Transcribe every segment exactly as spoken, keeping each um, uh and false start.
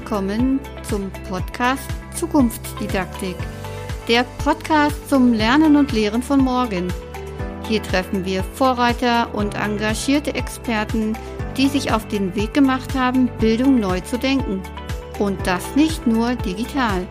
willkommen zum Podcast Zukunftsdidaktik, der Podcast zum Lernen und Lehren von morgen. Hier treffen wir Vorreiter und engagierte Experten, die sich auf den Weg gemacht haben, Bildung neu zu denken. Und das nicht nur digital.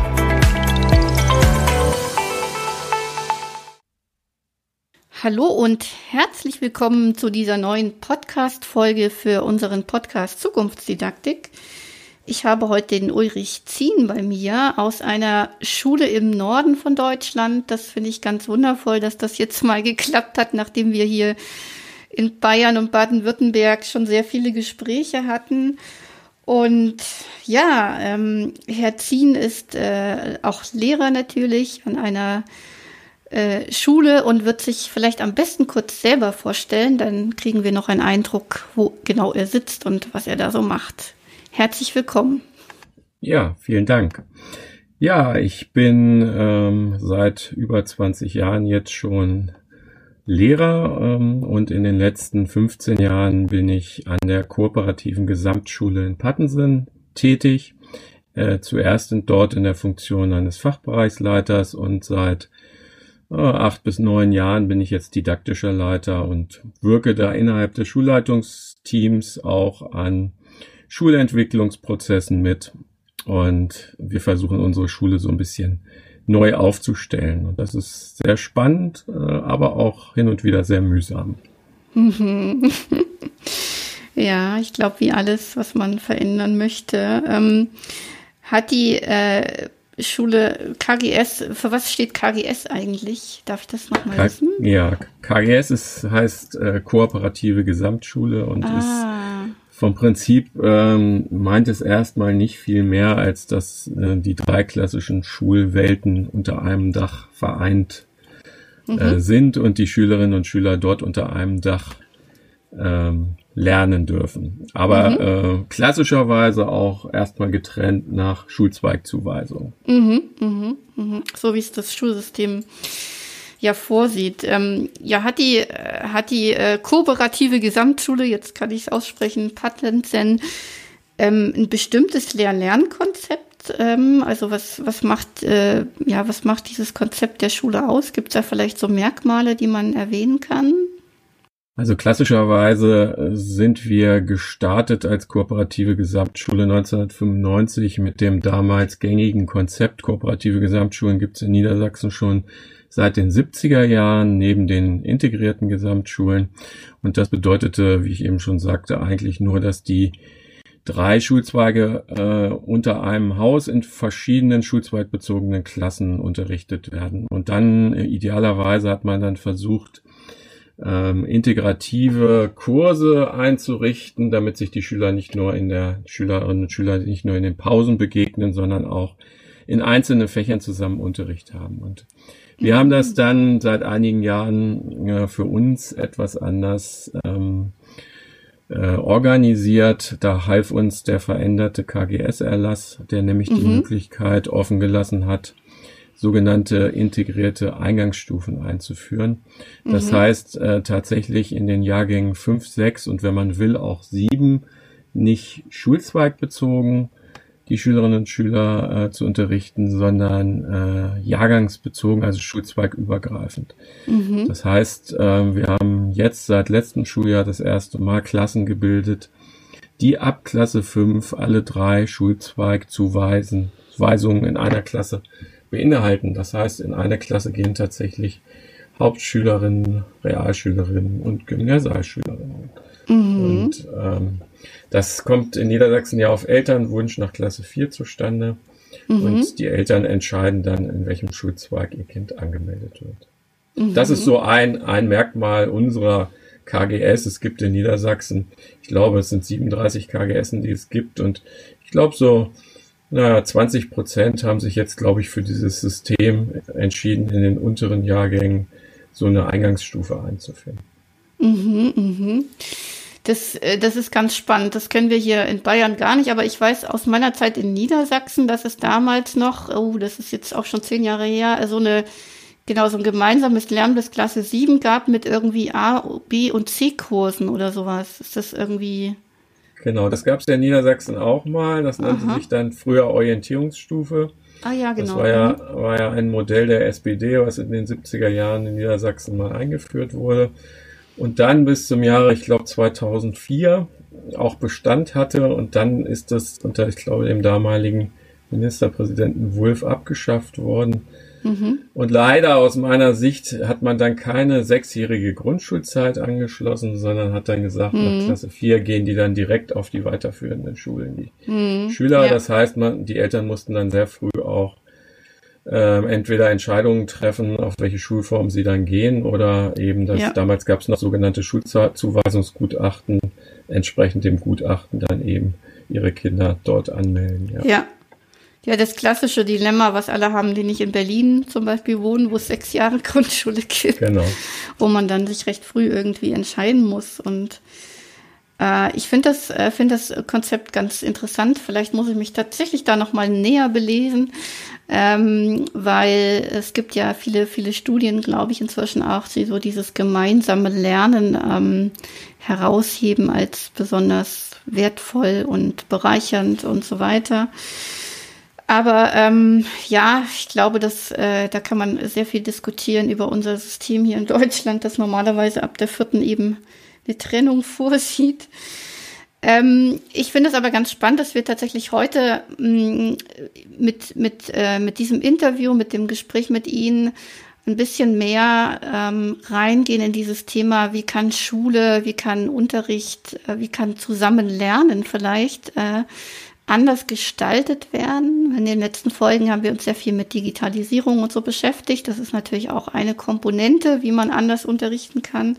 Hallo und herzlich willkommen zu dieser neuen Podcast-Folge für unseren Podcast Zukunftsdidaktik. Ich habe heute den Ulrich Zien bei mir aus einer Schule im Norden von Deutschland. Das finde ich ganz wundervoll, dass das jetzt mal geklappt hat, nachdem wir hier in Bayern und Baden-Württemberg schon sehr viele Gespräche hatten. Und ja, ähm, Herr Zien ist äh, auch Lehrer natürlich an einer äh, Schule und wird sich vielleicht am besten kurz selber vorstellen. Dann kriegen wir noch einen Eindruck, wo genau er sitzt und was er da so macht. Herzlich willkommen. Ja, vielen Dank. Ja, ich bin ähm, seit über zwanzig Jahren jetzt schon Lehrer ähm, und in den letzten fünfzehn Jahren bin ich an der Kooperativen Gesamtschule in Pattensen tätig. Äh, zuerst dort in der Funktion eines Fachbereichsleiters und seit äh, acht bis neun Jahren bin ich jetzt didaktischer Leiter und wirke da innerhalb des Schulleitungsteams auch an Schulentwicklungsprozessen mit und wir versuchen unsere Schule so ein bisschen neu aufzustellen und das ist sehr spannend, aber auch hin und wieder sehr mühsam. Ja, ich glaube, wie alles, was man verändern möchte. Ähm, hat die äh, Schule K G S, für was steht K G S eigentlich? Darf ich das nochmal K- wissen? Ja, K G S ist, heißt äh, Kooperative Gesamtschule und ah. ist vom Prinzip ähm, meint es erstmal nicht viel mehr, als dass äh, die drei klassischen Schulwelten unter einem Dach vereint mhm. äh, sind und die Schülerinnen und Schüler dort unter einem Dach ähm, lernen dürfen. Aber mhm. äh, klassischerweise auch erstmal getrennt nach Schulzweigzuweisung. Mhm, mhm, mhm. So wie es das Schulsystem ja vorsieht. Ähm, ja, hat die, hat die äh, kooperative Gesamtschule, jetzt kann ich es aussprechen, Pattensen, ähm, ein bestimmtes Lehr-Lernkonzept? Ähm, also was, was macht, äh, ja, was macht dieses Konzept der Schule aus? Gibt es da vielleicht so Merkmale, die man erwähnen kann? Also klassischerweise sind wir gestartet als kooperative Gesamtschule neunzehnhundertfünfundneunzig mit dem damals gängigen Konzept. Kooperative Gesamtschulen gibt es in Niedersachsen schon seit den siebziger Jahren neben den integrierten Gesamtschulen. Und das bedeutete, wie ich eben schon sagte, eigentlich nur, dass die drei Schulzweige äh, unter einem Haus in verschiedenen schulzweigbezogenen Klassen unterrichtet werden. Und dann äh, idealerweise hat man dann versucht, ähm, integrative Kurse einzurichten, damit sich die Schüler nicht nur in der Schülerinnen und Schüler nicht nur in den Pausen begegnen, sondern auch in einzelnen Fächern zusammen Unterricht haben. Und wir haben das dann seit einigen Jahren äh, für uns etwas anders ähm, äh, organisiert. Da half uns der veränderte K G S-Erlass, der nämlich mhm. die Möglichkeit offen gelassen hat, sogenannte integrierte Eingangsstufen einzuführen. Das mhm. heißt äh, tatsächlich in den Jahrgängen fünf, sechs und wenn man will auch sieben nicht schulzweigbezogen die Schülerinnen und Schüler äh, zu unterrichten, sondern äh, jahrgangsbezogen, also schulzweigübergreifend. Mhm. Das heißt, äh, wir haben jetzt seit letztem Schuljahr das erste Mal Klassen gebildet, die ab Klasse fünf alle drei Schulzweigzuweisungen in einer Klasse beinhalten. Das heißt, in einer Klasse gehen tatsächlich Hauptschülerinnen, Realschülerinnen und Gymnasialschülerinnen. Mhm. Und ähm, das kommt in Niedersachsen ja auf Elternwunsch nach Klasse vier zustande. Mhm. Und die Eltern entscheiden dann, in welchem Schulzweig ihr Kind angemeldet wird. Mhm. Das ist so ein, ein Merkmal unserer K G S. Es gibt in Niedersachsen, ich glaube, es sind siebenunddreißig K G Essen, die es gibt. Und ich glaube, so na, zwanzig Prozent haben sich jetzt, glaube ich, für dieses System entschieden, in den unteren Jahrgängen so eine Eingangsstufe einzuführen. Mhm, mhm. Das, das ist ganz spannend. Das kennen wir hier in Bayern gar nicht, aber ich weiß aus meiner Zeit in Niedersachsen, dass es damals noch, oh, das ist jetzt auch schon zehn Jahre her, so eine, genau, so ein gemeinsames Lernen bis Klasse sieben gab mit irgendwie A, B und C-Kursen oder sowas. Ist das irgendwie... Genau, das gab es ja in Niedersachsen auch mal. Das nannte Aha. sich dann früher Orientierungsstufe. Ah ja, genau. Das war ja, war ja ein Modell der S P D, was in den siebziger Jahren in Niedersachsen mal eingeführt wurde. Und dann bis zum Jahre, ich glaube, zweitausendvier auch Bestand hatte. Und dann ist das unter, ich glaube, dem damaligen Ministerpräsidenten Wulff abgeschafft worden. Mhm. Und leider aus meiner Sicht hat man dann keine sechsjährige Grundschulzeit angeschlossen, sondern hat dann gesagt, Mhm. nach Klasse vier gehen die dann direkt auf die weiterführenden Schulen, die Mhm. Schüler. Ja. Das heißt, man, die Eltern mussten dann sehr früh auch ähm, entweder Entscheidungen treffen, auf welche Schulform sie dann gehen, oder eben, das, Ja. damals gab es noch sogenannte Schulzuweisungsgutachten, entsprechend dem Gutachten dann eben ihre Kinder dort anmelden. Ja. Ja. Ja, das klassische Dilemma, was alle haben, die nicht in Berlin zum Beispiel wohnen, wo es sechs Jahre Grundschule gibt, Genau. wo man dann sich recht früh irgendwie entscheiden muss. Und äh, ich finde das, äh, finde das Konzept ganz interessant. Vielleicht muss ich mich tatsächlich da nochmal näher belesen, ähm, weil es gibt ja viele, viele Studien, glaube ich, inzwischen auch, die so dieses gemeinsame Lernen ähm, herausheben als besonders wertvoll und bereichernd und so weiter. Aber ähm, ja, ich glaube, dass äh, da kann man sehr viel diskutieren über unser System hier in Deutschland, das normalerweise ab der vierten eben eine Trennung vorsieht. Ähm, ich finde es aber ganz spannend, dass wir tatsächlich heute mh, mit mit äh, mit diesem Interview, mit dem Gespräch mit Ihnen ein bisschen mehr ähm, reingehen in dieses Thema, wie kann Schule, wie kann Unterricht, äh, wie kann Zusammenlernen vielleicht äh, anders gestaltet werden. In den letzten Folgen haben wir uns sehr viel mit Digitalisierung und so beschäftigt. Das ist natürlich auch eine Komponente, wie man anders unterrichten kann.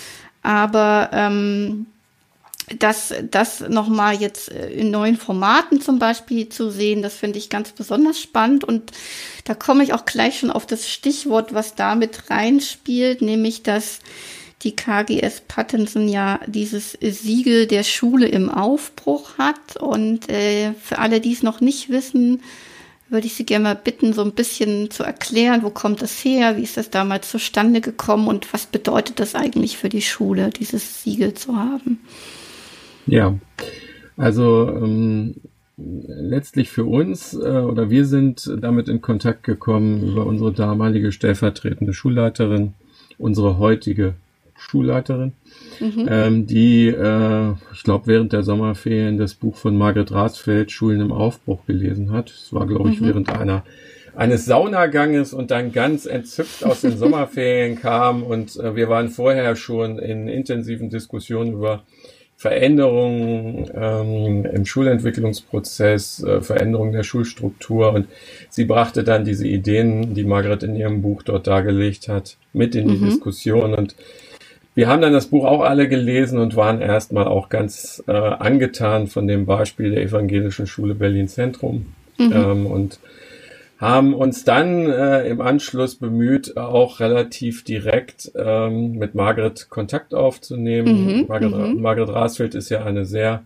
Aber ähm, das, das nochmal jetzt in neuen Formaten zum Beispiel zu sehen, das finde ich ganz besonders spannend. Und da komme ich auch gleich schon auf das Stichwort, was damit reinspielt, nämlich dass die K G S Pattensen ja dieses Siegel der Schule im Aufbruch hat. Und äh, für alle, die es noch nicht wissen, würde ich Sie gerne mal bitten, so ein bisschen zu erklären, wo kommt das her, wie ist das damals zustande gekommen und was bedeutet das eigentlich für die Schule, dieses Siegel zu haben? Ja, also ähm, letztlich für uns äh, oder wir sind damit in Kontakt gekommen über unsere damalige stellvertretende Schulleiterin, unsere heutige Schulleiterin, mhm. ähm, die, äh, ich glaube, während der Sommerferien das Buch von Margret Rasfeld, Schulen im Aufbruch, gelesen hat. Es war, glaube ich, mhm. während einer eines Saunaganges und dann ganz entzückt aus den Sommerferien kam. Und äh, wir waren vorher schon in intensiven Diskussionen über Veränderungen ähm, im Schulentwicklungsprozess, äh, Veränderungen der Schulstruktur, und sie brachte dann diese Ideen, die Margret in ihrem Buch dort dargelegt hat, mit in die mhm. Diskussion. Und wir haben dann das Buch auch alle gelesen und waren erstmal auch ganz äh, angetan von dem Beispiel der Evangelischen Schule Berlin Zentrum mhm. ähm, und haben uns dann äh, im Anschluss bemüht, auch relativ direkt ähm, mit Margret Kontakt aufzunehmen. Mhm, Margret, mhm. Margret Rasfeld ist ja eine sehr,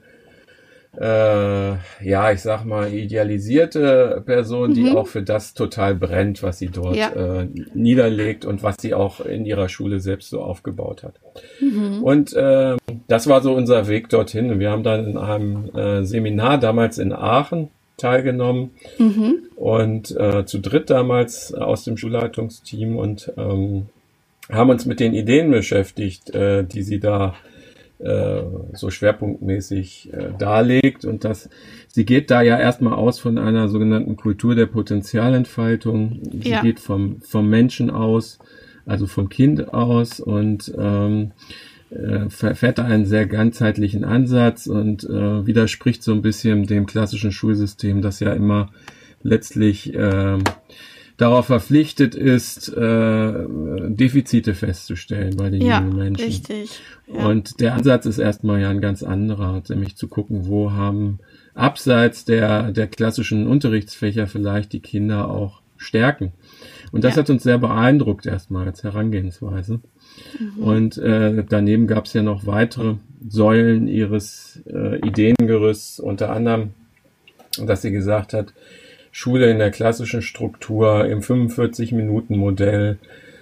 äh, ja, ich sag mal, idealisierte Person, mhm. die auch für das total brennt, was sie dort ja. äh, niederlegt und was sie auch in ihrer Schule selbst so aufgebaut hat. Mhm. Und äh, das war so unser Weg dorthin. Wir haben dann in einem äh, Seminar damals in Aachen teilgenommen mhm. und äh, zu dritt damals aus dem Schulleitungsteam und ähm, haben uns mit den Ideen beschäftigt, äh, die sie da äh, so schwerpunktmäßig äh, darlegt. Und das, sie geht da ja erstmal aus von einer sogenannten Kultur der Potenzialentfaltung. Sie ja. geht vom, vom Menschen aus, also vom Kind aus, und ähm, fährt da einen sehr ganzheitlichen Ansatz und äh, widerspricht so ein bisschen dem klassischen Schulsystem, das ja immer letztlich äh, darauf verpflichtet ist, äh, Defizite festzustellen bei den ja, jungen Menschen. Richtig. Ja. Und der Ansatz ist erstmal ja ein ganz anderer, nämlich zu gucken, wo haben abseits der, der klassischen Unterrichtsfächer vielleicht die Kinder auch Stärken. Und das ja. hat uns sehr beeindruckt erstmal als Herangehensweise. Mhm. Und äh, daneben gab es ja noch weitere Säulen ihres äh, Ideengerüsts, unter anderem, dass sie gesagt hat, Schule in der klassischen Struktur im fünfundvierzig Minuten Modell,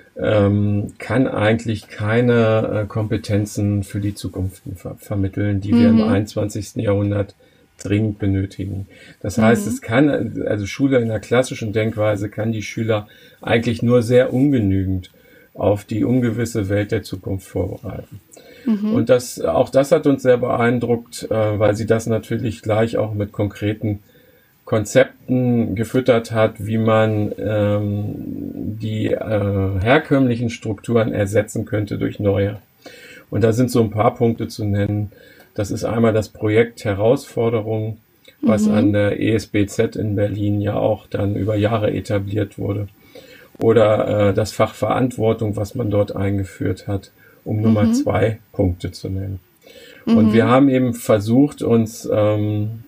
ähm, kann eigentlich keine äh, Kompetenzen für die Zukunft ver- vermitteln, die wir mhm. im einundzwanzigsten Jahrhundert dringend benötigen. Das heißt, mhm. es kann, also Schule in der klassischen Denkweise kann die Schüler eigentlich nur sehr ungenügend auf die ungewisse Welt der Zukunft vorbereiten. Mhm. Und das, auch das hat uns sehr beeindruckt, äh, weil sie das natürlich gleich auch mit konkreten Konzepten gefüttert hat, wie man ähm, die äh, herkömmlichen Strukturen ersetzen könnte durch neue. Und da sind so ein paar Punkte zu nennen. Das ist einmal das Projekt Herausforderung, was mhm. an der E S B Z in Berlin ja auch dann über Jahre etabliert wurde. Oder äh, das Fach Verantwortung, was man dort eingeführt hat, um mhm. Nummer zwei Punkte zu nennen. Mhm. Und wir haben eben versucht, uns ähm,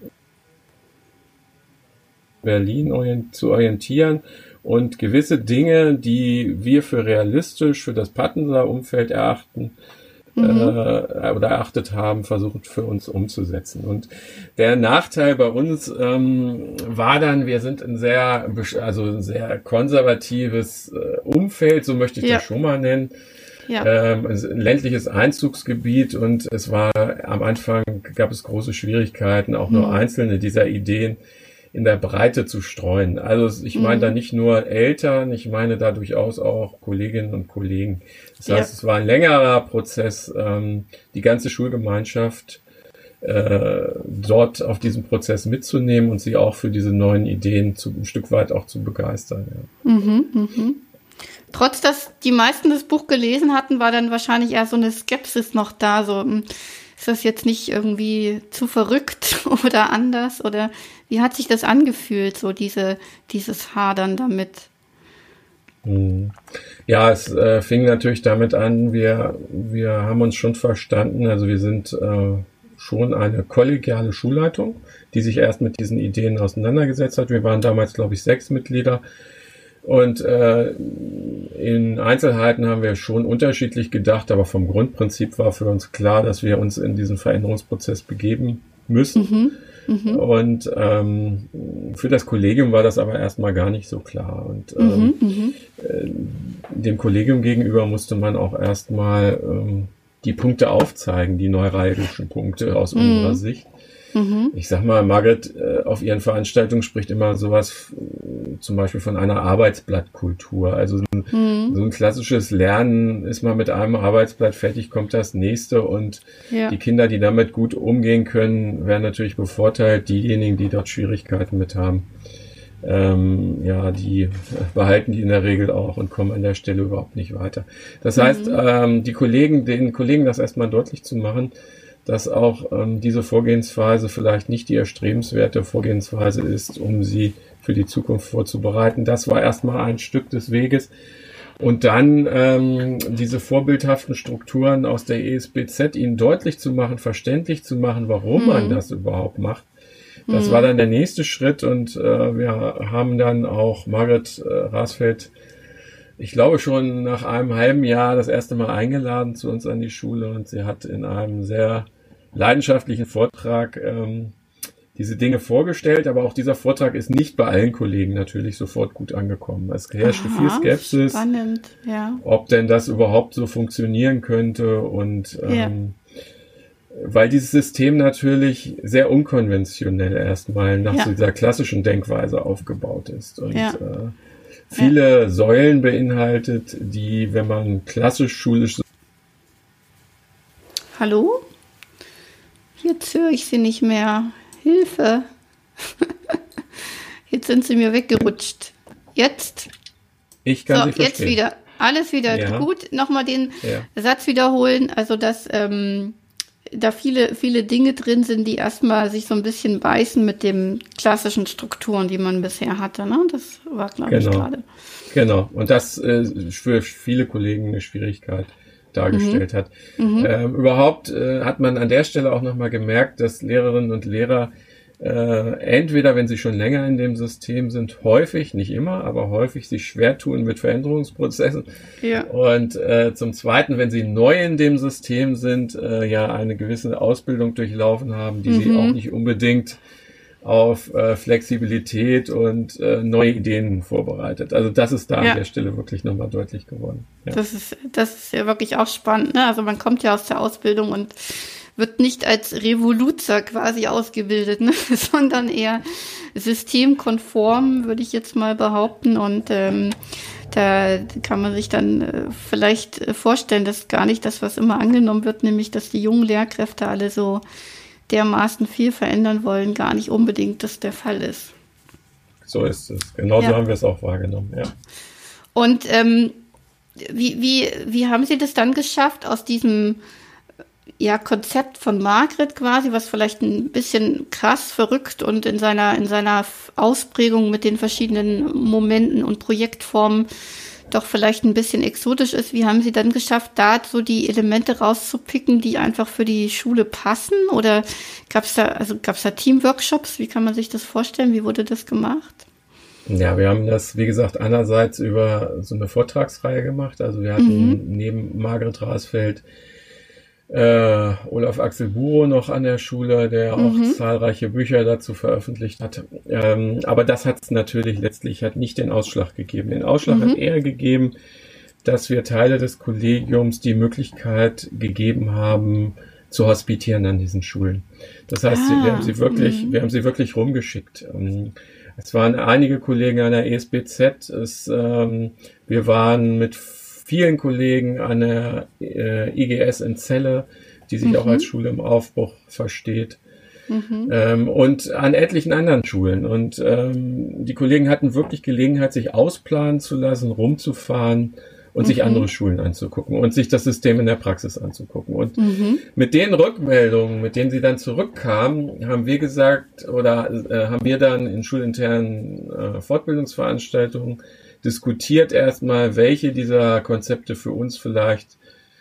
Berlin orient- zu orientieren und gewisse Dinge, die wir für realistisch für das Pattenser Umfeld erachten, Mhm. Äh, oder erachtet haben, versucht für uns umzusetzen. Und der Nachteil bei uns ähm, war dann, wir sind ein sehr, also ein sehr konservatives äh, Umfeld, so möchte ich ja. das schon mal nennen. Ja. Ähm, ein ländliches Einzugsgebiet, und es war am Anfang gab es große Schwierigkeiten, auch nur mhm. einzelne dieser Ideen in der Breite zu streuen. Also ich meine mhm. da nicht nur Eltern, ich meine da durchaus auch Kolleginnen und Kollegen. Das heißt, ja. es war ein längerer Prozess, ähm, die ganze Schulgemeinschaft äh, dort auf diesem Prozess mitzunehmen und sie auch für diese neuen Ideen zu, ein Stück weit auch zu begeistern. Ja. Mhm, mhm. Trotz, dass die meisten das Buch gelesen hatten, war dann wahrscheinlich eher so eine Skepsis noch da, so ist das jetzt nicht irgendwie zu verrückt oder anders, oder wie hat sich das angefühlt, so diese, dieses Hadern damit? Ja, es äh, fing natürlich damit an, wir, wir haben uns schon verstanden, also wir sind äh, schon eine kollegiale Schulleitung, die sich erst mit diesen Ideen auseinandergesetzt hat. Wir waren damals, glaube ich, sechs Mitglieder. Und äh, in Einzelheiten haben wir schon unterschiedlich gedacht, aber vom Grundprinzip war für uns klar, dass wir uns in diesen Veränderungsprozess begeben müssen. Mhm. Mhm. Und ähm, für das Kollegium war das aber erstmal gar nicht so klar. Und ähm, mhm. äh, dem Kollegium gegenüber musste man auch erstmal ähm, die Punkte aufzeigen, die neuralgischen Punkte aus mhm. unserer Sicht. Mhm. Ich sag mal, Margret äh, auf ihren Veranstaltungen spricht immer sowas äh, zum Beispiel von einer Arbeitsblattkultur. Also ein, mhm. so ein klassisches Lernen ist mal mit einem Arbeitsblatt fertig, kommt das nächste, und ja. die Kinder, die damit gut umgehen können, werden natürlich bevorteilt. Diejenigen, die dort Schwierigkeiten mit haben, ähm, ja, die behalten die in der Regel auch und kommen an der Stelle überhaupt nicht weiter. Das mhm. heißt, ähm, die Kollegen, den Kollegen das erstmal deutlich zu machen, dass auch ähm, diese Vorgehensweise vielleicht nicht die erstrebenswerte Vorgehensweise ist, um sie für die Zukunft vorzubereiten. Das war erstmal ein Stück des Weges. Und dann ähm, diese vorbildhaften Strukturen aus der E S B Z ihnen deutlich zu machen, verständlich zu machen, warum mhm. man das überhaupt macht. Das mhm. war dann der nächste Schritt, und äh, wir haben dann auch Margret äh, Rasfeld, ich glaube schon nach einem halben Jahr, das erste Mal eingeladen zu uns an die Schule, und sie hat in einem sehr leidenschaftlichen Vortrag ähm, diese Dinge vorgestellt, aber auch dieser Vortrag ist nicht bei allen Kollegen natürlich sofort gut angekommen. Es herrschte Aha, viel Skepsis, spannend, ja. ob denn das überhaupt so funktionieren könnte, und ähm, ja. weil dieses System natürlich sehr unkonventionell erstmal nach ja. so dieser klassischen Denkweise aufgebaut ist und ja. äh, viele ja. Säulen beinhaltet, die, wenn man klassisch schulisch... Hallo? Jetzt höre ich Sie nicht mehr. Hilfe! Jetzt sind Sie mir weggerutscht. Jetzt? Ich kann so, Sie verstehen. Jetzt wieder. Alles wieder ja. gut. Nochmal den ja. Satz wiederholen. Also, dass ähm, da viele, viele Dinge drin sind, die erstmal sich so ein bisschen beißen mit den klassischen Strukturen, die man bisher hatte. Ne? Das war, glaube genau. ich, gerade. Genau. Und das äh, für viele Kollegen eine Schwierigkeit dargestellt mhm. hat. Mhm. Ähm, überhaupt äh, hat man an der Stelle auch nochmal gemerkt, dass Lehrerinnen und Lehrer äh, entweder, wenn sie schon länger in dem System sind, häufig, nicht immer, aber häufig sich schwer tun mit Veränderungsprozessen. Ja. Und äh, zum Zweiten, wenn sie neu in dem System sind, äh, ja eine gewisse Ausbildung durchlaufen haben, die mhm. sie auch nicht unbedingt auf äh, Flexibilität und äh, neue Ideen vorbereitet. Also das ist da ja. an der Stelle wirklich nochmal deutlich geworden. Ja. Das ist, das ist ja wirklich auch spannend, ne? Also man kommt ja aus der Ausbildung und wird nicht als Revoluzer quasi ausgebildet, ne? Sondern eher systemkonform, würde ich jetzt mal behaupten. Und ähm, da kann man sich dann äh, vielleicht vorstellen, dass gar nicht das, was immer angenommen wird, nämlich dass die jungen Lehrkräfte alle so dermaßen viel verändern wollen, gar nicht unbedingt das der Fall ist. So ist es. Genauso ja. haben wir es auch wahrgenommen, ja. Und ähm, wie, wie, wie haben Sie das dann geschafft, aus diesem ja, Konzept von Margret quasi, was vielleicht ein bisschen krass, verrückt und in seiner, in seiner Ausprägung mit den verschiedenen Momenten und Projektformen doch vielleicht ein bisschen exotisch ist. Wie haben Sie dann geschafft, da so die Elemente rauszupicken, die einfach für die Schule passen? Oder gab es da, also gab es da Teamworkshops? Wie kann man sich das vorstellen? Wie wurde das gemacht? Ja, wir haben das, wie gesagt, einerseits über so eine Vortragsreihe gemacht. Also wir hatten mhm. neben Margret Rasfeld Äh, Olaf Axel Burow noch an der Schule, der auch mhm. zahlreiche Bücher dazu veröffentlicht hat. Ähm, aber das hat es natürlich letztlich hat nicht den Ausschlag gegeben. Den Ausschlag mhm. hat eher gegeben, dass wir Teile des Kollegiums die Möglichkeit gegeben haben, zu hospitieren an diesen Schulen. Das heißt, ah. wir haben sie wirklich, mhm. wir haben sie wirklich rumgeschickt. Ähm, es waren einige Kollegen an der E S B Z. Es, ähm, wir waren mit vielen Kollegen an der äh, I G S in Celle, die sich mhm. auch als Schule im Aufbruch versteht, mhm. ähm, und an etlichen anderen Schulen. Und ähm, die Kollegen hatten wirklich Gelegenheit, sich ausplanen zu lassen, rumzufahren und mhm. sich andere Schulen anzugucken und sich das System in der Praxis anzugucken. Und mhm. mit den Rückmeldungen, mit denen sie dann zurückkamen, haben wir gesagt, oder äh, haben wir dann in schulinternen äh, Fortbildungsveranstaltungen diskutiert erstmal, welche dieser Konzepte für uns vielleicht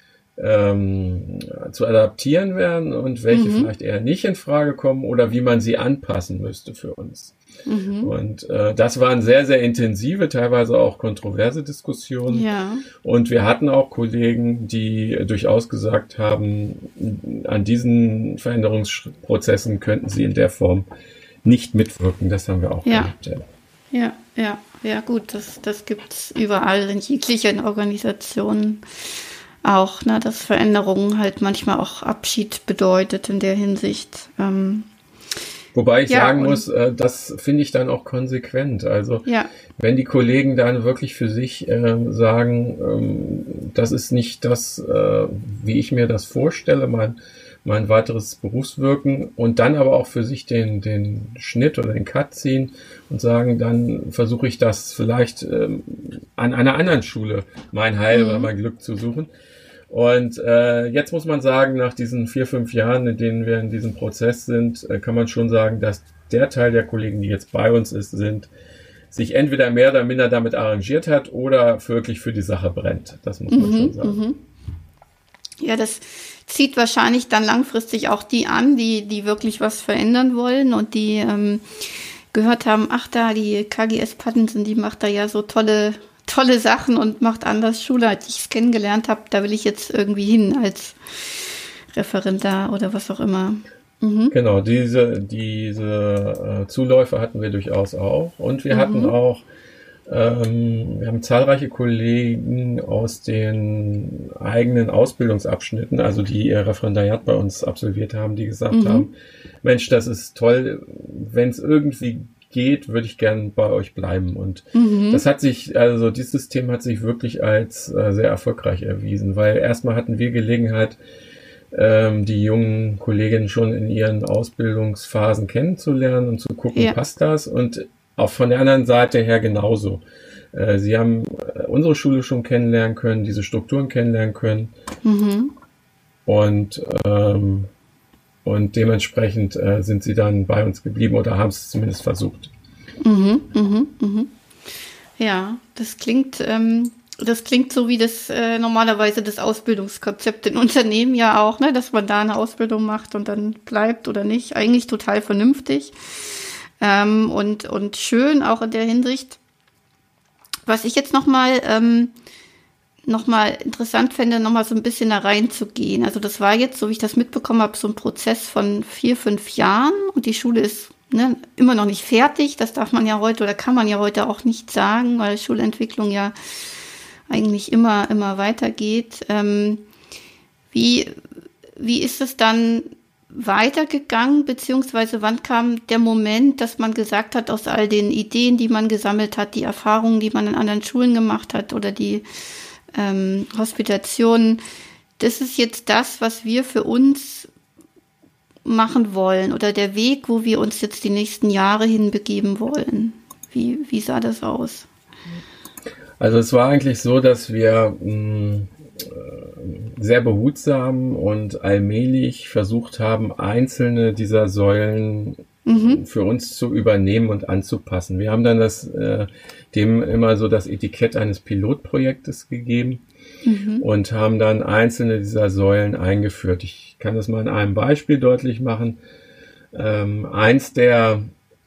ähm, zu adaptieren wären und welche mhm. vielleicht eher nicht in Frage kommen oder wie man sie anpassen müsste für uns. Mhm. Und äh, das waren sehr, sehr intensive, teilweise auch kontroverse Diskussionen. Ja. Und wir hatten auch Kollegen, die durchaus gesagt haben, an diesen Veränderungsprozessen könnten sie in der Form nicht mitwirken. Das haben wir auch ja. erlebt. Ja. Ja, ja, ja, gut, das, das gibt's überall in jeglichen Organisationen auch, ne, dass Veränderungen halt manchmal auch Abschied bedeutet in der Hinsicht. Ähm, Wobei ich ja, sagen muss, äh, das finde ich dann auch konsequent. Also ja. wenn die Kollegen dann wirklich für sich äh, sagen, ähm, das ist nicht das, äh, wie ich mir das vorstelle, mein mein weiteres Berufswirken und dann aber auch für sich den den Schnitt oder den Cut ziehen und sagen, dann versuche ich das vielleicht ähm, an einer anderen Schule mein Heil mhm. oder mein Glück zu suchen. Und äh, jetzt muss man sagen, nach diesen vier, fünf Jahren, in denen wir in diesem Prozess sind, äh, kann man schon sagen, dass der Teil der Kollegen, die jetzt bei uns ist, sind, sich entweder mehr oder minder damit arrangiert hat oder wirklich für die Sache brennt. Das muss man mhm, schon sagen. Mhm. Ja, das zieht wahrscheinlich dann langfristig auch die an, die die wirklich was verändern wollen und die ähm, gehört haben, ach da, die K G S Pattensen, die macht da ja so tolle tolle Sachen und macht anders Schule, als ich es kennengelernt habe. Da will ich jetzt irgendwie hin als Referendar oder was auch immer. Mhm. Genau, diese diese äh, Zuläufe hatten wir durchaus auch und wir mhm. hatten auch Ähm, wir haben zahlreiche Kollegen aus den eigenen Ausbildungsabschnitten, also die ihr Referendariat bei uns absolviert haben, die gesagt mhm. haben, Mensch, das ist toll, wenn es irgendwie geht, würde ich gern bei euch bleiben. Und mhm. das hat sich, also dieses System hat sich wirklich als äh, sehr erfolgreich erwiesen, weil erstmal hatten wir Gelegenheit, ähm, die jungen Kolleginnen schon in ihren Ausbildungsphasen kennenzulernen und zu gucken, ja. passt das? Und auch von der anderen Seite her genauso. Äh, sie haben äh, unsere Schule schon kennenlernen können, diese Strukturen kennenlernen können. Mhm. Und, ähm, und dementsprechend äh, sind sie dann bei uns geblieben oder haben es zumindest versucht. Mhm, mhm, mhm. Ja, das klingt, ähm, das klingt so wie das äh, normalerweise das Ausbildungskonzept in Unternehmen ja auch, ne, dass man da eine Ausbildung macht und dann bleibt oder nicht. Eigentlich total vernünftig. Ähm, und, und schön auch in der Hinsicht. Was ich jetzt nochmal ähm, noch mal interessant fände, nochmal so ein bisschen da reinzugehen. Also das war jetzt, so wie ich das mitbekommen habe, so ein Prozess von vier, fünf Jahren und die Schule ist ne, immer noch nicht fertig. Das darf man ja heute oder kann man ja heute auch nicht sagen, weil Schulentwicklung ja eigentlich immer, immer weitergeht. Ähm, wie, wie ist es dann weitergegangen, beziehungsweise wann kam der Moment, dass man gesagt hat, aus all den Ideen, die man gesammelt hat, die Erfahrungen, die man in anderen Schulen gemacht hat oder die ähm, Hospitationen, das ist jetzt das, was wir für uns machen wollen oder der Weg, wo wir uns jetzt die nächsten Jahre hinbegeben wollen. Wie, wie sah das aus? Also es war eigentlich so, dass wir mh, sehr behutsam und allmählich versucht haben, einzelne dieser Säulen mhm. für uns zu übernehmen und anzupassen. Wir haben dann das äh, dem immer so das Etikett eines Pilotprojektes gegeben mhm. und haben dann einzelne dieser Säulen eingeführt. Ich kann das mal in einem Beispiel deutlich machen. Ähm, eins der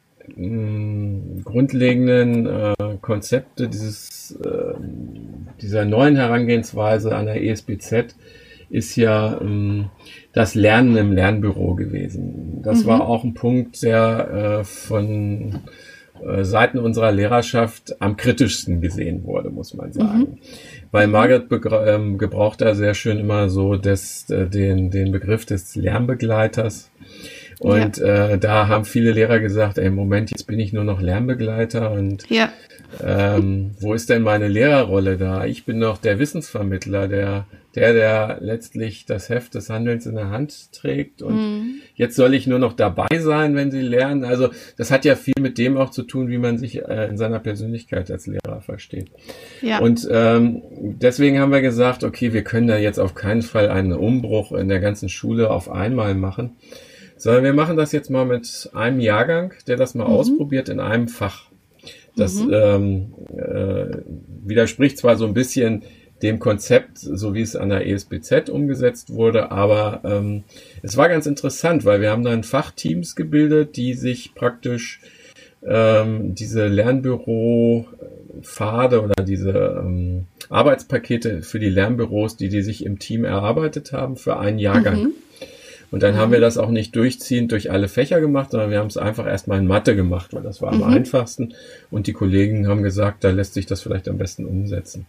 mh, grundlegenden äh, Konzepte dieses, äh, dieser neuen Herangehensweise an der E S B Z ist ja ähm, das Lernen im Lernbüro gewesen. Das mhm. war auch ein Punkt, der äh, von äh, Seiten unserer Lehrerschaft am kritischsten gesehen wurde, muss man sagen. Mhm. Weil Margret begra- ähm, gebraucht da sehr schön immer so des, äh, den, den Begriff des Lernbegleiters. Und ja. äh, da haben viele Lehrer gesagt, ey, Moment, jetzt bin ich nur noch Lernbegleiter und ja. ähm, wo ist denn meine Lehrerrolle da? Ich bin doch der Wissensvermittler, der, der, der letztlich das Heft des Handelns in der Hand trägt und mhm. jetzt soll ich nur noch dabei sein, wenn sie lernen. Also das hat ja viel mit dem auch zu tun, wie man sich äh, in seiner Persönlichkeit als Lehrer versteht. Ja. Und ähm, deswegen haben wir gesagt, okay, wir können da jetzt auf keinen Fall einen Umbruch in der ganzen Schule auf einmal machen, sondern wir machen das jetzt mal mit einem Jahrgang, der das mal mhm. ausprobiert in einem Fach. Das mhm. ähm, äh, widerspricht zwar so ein bisschen dem Konzept, so wie es an der E S B Z umgesetzt wurde, aber ähm, es war ganz interessant, weil wir haben dann Fachteams gebildet, die sich praktisch ähm, diese Lernbüro-Pfade oder diese ähm, Arbeitspakete für die Lernbüros, die die sich im Team erarbeitet haben, für einen Jahrgang. Mhm. Und dann mhm. haben wir das auch nicht durchziehend durch alle Fächer gemacht, sondern wir haben es einfach erstmal in Mathe gemacht, weil das war am mhm. einfachsten. Und die Kollegen haben gesagt, da lässt sich das vielleicht am besten umsetzen.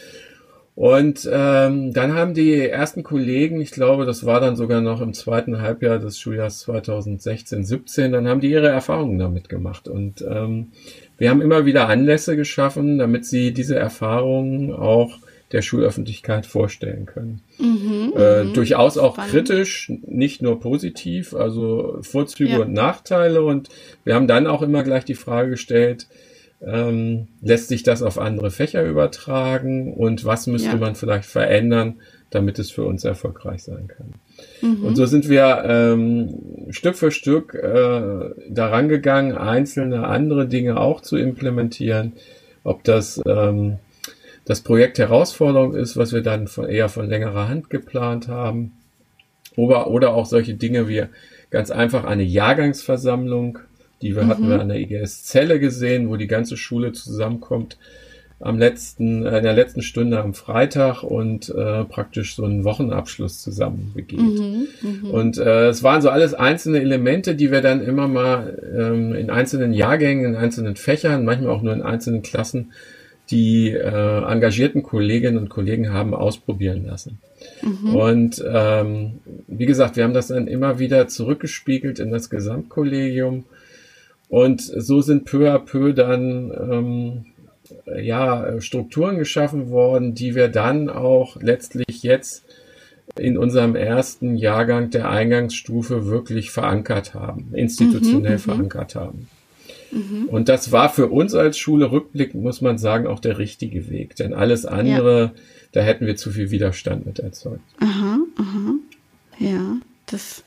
Und ähm, dann haben die ersten Kollegen, ich glaube, das war dann sogar noch im zweiten Halbjahr des Schuljahres zweitausendsechzehn siebzehn, dann haben die ihre Erfahrungen damit gemacht. Und ähm, wir haben immer wieder Anlässe geschaffen, damit sie diese Erfahrungen auch der Schulöffentlichkeit vorstellen können. Mhm, äh, durchaus auch spannend. Kritisch, nicht nur positiv, also Vorzüge ja. und Nachteile. Und wir haben dann auch immer gleich die Frage gestellt, ähm, lässt sich das auf andere Fächer übertragen und was müsste ja. man vielleicht verändern, damit es für uns erfolgreich sein kann. Mhm. Und so sind wir ähm, Stück für Stück äh, daran gegangen, einzelne andere Dinge auch zu implementieren, ob das ähm, das Projekt Herausforderung ist, was wir dann von, eher von längerer Hand geplant haben. Oder, oder auch solche Dinge wie ganz einfach eine Jahrgangsversammlung, die wir mhm. hatten wir an der I G S Celle gesehen, wo die ganze Schule zusammenkommt am letzten, in der letzten Stunde am Freitag und äh, praktisch so einen Wochenabschluss zusammen begeht. Mhm, mh. Und äh, es waren so alles einzelne Elemente, die wir dann immer mal ähm, in einzelnen Jahrgängen, in einzelnen Fächern, manchmal auch nur in einzelnen Klassen die äh, engagierten Kolleginnen und Kollegen haben ausprobieren lassen. Mhm. Und ähm, wie gesagt, wir haben das dann immer wieder zurückgespiegelt in das Gesamtkollegium und so sind peu à peu dann ähm, ja Strukturen geschaffen worden, die wir dann auch letztlich jetzt in unserem ersten Jahrgang der Eingangsstufe wirklich verankert haben, institutionell mhm, verankert haben. Mhm. Und das war für uns als Schule rückblickend, muss man sagen, auch der richtige Weg. Denn alles andere, ja. da hätten wir zu viel Widerstand mit erzeugt. Aha, aha. Ja, das,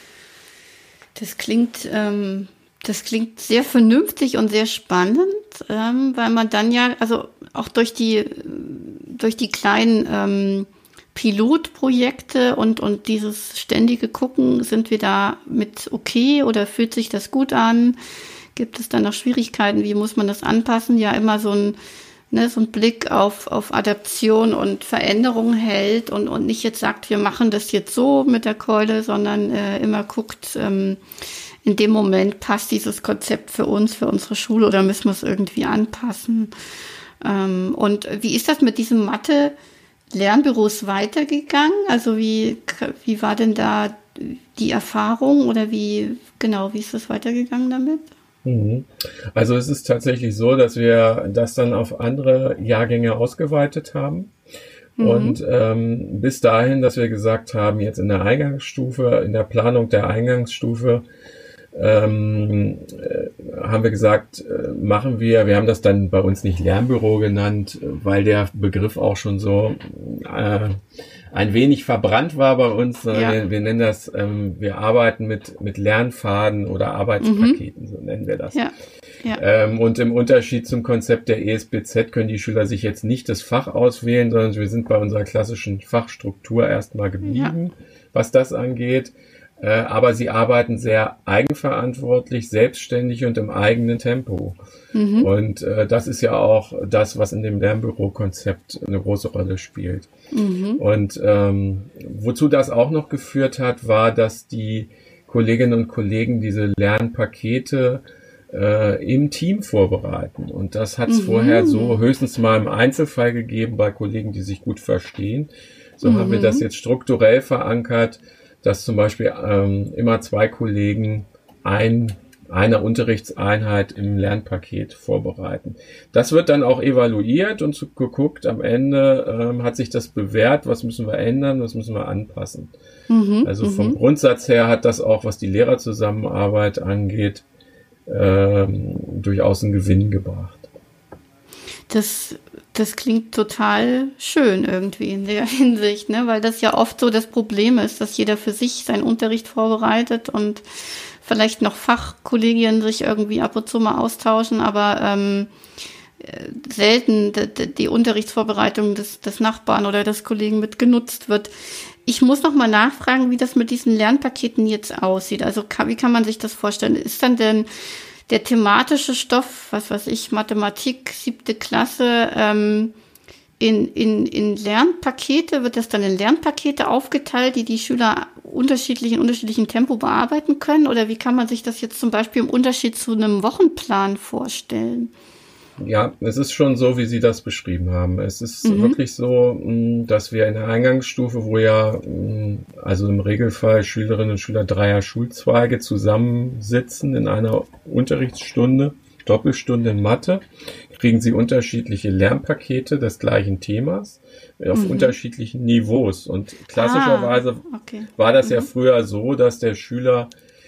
das klingt, ähm, das klingt sehr vernünftig und sehr spannend, ähm, weil man dann ja, also auch durch die, durch die kleinen ähm, Pilotprojekte und, und dieses ständige Gucken, sind wir da mit okay oder fühlt sich das gut an? Gibt es dann noch Schwierigkeiten? Wie muss man das anpassen? Ja, immer so ein, ne, so ein Blick auf, auf Adaption und Veränderung hält und, und nicht jetzt sagt, wir machen das jetzt so mit der Keule, sondern äh, immer guckt, ähm, in dem Moment passt dieses Konzept für uns, für unsere Schule oder müssen wir es irgendwie anpassen. Ähm, und wie ist das mit diesen Mathe-Lernbüros weitergegangen? Also wie, wie war denn da die Erfahrung oder wie, genau, wie ist das weitergegangen damit? Also es ist tatsächlich so, dass wir das dann auf andere Jahrgänge ausgeweitet haben. Mhm. Und ähm, bis dahin, dass wir gesagt haben, jetzt in der Eingangsstufe, in der Planung der Eingangsstufe, ähm, äh, haben wir gesagt, äh, machen wir, wir haben das dann bei uns nicht Lernbüro genannt, weil der Begriff auch schon so äh, ein wenig verbrannt war bei uns. Ja. Wir, wir nennen das, ähm, wir arbeiten mit mit Lernfaden oder Arbeitspaketen, mhm. so nennen wir das. Ja. Ja. Ähm, und im Unterschied zum Konzept der E S B Z können die Schüler sich jetzt nicht das Fach auswählen, sondern wir sind bei unserer klassischen Fachstruktur erstmal geblieben, ja. was das angeht. Äh, aber sie arbeiten sehr eigenverantwortlich, selbstständig und im eigenen Tempo. Mhm. Und äh, das ist ja auch das, was in dem Lernbüro-Konzept eine große Rolle spielt. Mhm. Und ähm, wozu das auch noch geführt hat, war, dass die Kolleginnen und Kollegen diese Lernpakete äh, im Team vorbereiten. Und das hat es mhm. vorher so höchstens mal im Einzelfall gegeben bei Kollegen, die sich gut verstehen. So mhm. haben wir das jetzt strukturell verankert, dass zum Beispiel ähm, immer zwei Kollegen ein, eine Unterrichtseinheit im Lernpaket vorbereiten. Das wird dann auch evaluiert und so geguckt, am Ende ähm, hat sich das bewährt, was müssen wir ändern, was müssen wir anpassen. Mhm, also vom mhm. Grundsatz her hat das auch, was die Lehrerzusammenarbeit angeht, ähm, durchaus einen Gewinn gebracht. Das Das klingt total schön irgendwie in der Hinsicht, ne? Weil das ja oft so das Problem ist, dass jeder für sich seinen Unterricht vorbereitet und vielleicht noch Fachkollegien sich irgendwie ab und zu mal austauschen, aber ähm, selten die, die Unterrichtsvorbereitung des, des Nachbarn oder des Kollegen mit genutzt wird. Ich muss noch mal nachfragen, wie das mit diesen Lernpaketen jetzt aussieht. Also kann, wie kann man sich das vorstellen? Ist dann denn der thematische Stoff, was weiß ich, Mathematik, siebte Klasse, ähm, in, in, in Lernpakete, wird das dann in Lernpakete aufgeteilt, die die Schüler unterschiedlich in unterschiedlichem Tempo bearbeiten können? Oder wie kann man sich das jetzt zum Beispiel im Unterschied zu einem Wochenplan vorstellen? Ja, es ist schon so, wie Sie das beschrieben haben. Es ist mhm. wirklich so, dass wir in der Eingangsstufe, wo ja also im Regelfall Schülerinnen und Schüler dreier Schulzweige zusammensitzen in einer Unterrichtsstunde, Doppelstunde in Mathe, kriegen sie unterschiedliche Lernpakete des gleichen Themas auf mhm. unterschiedlichen Niveaus. Und klassischerweise ah, okay. war das mhm. ja früher so, dass der Schüler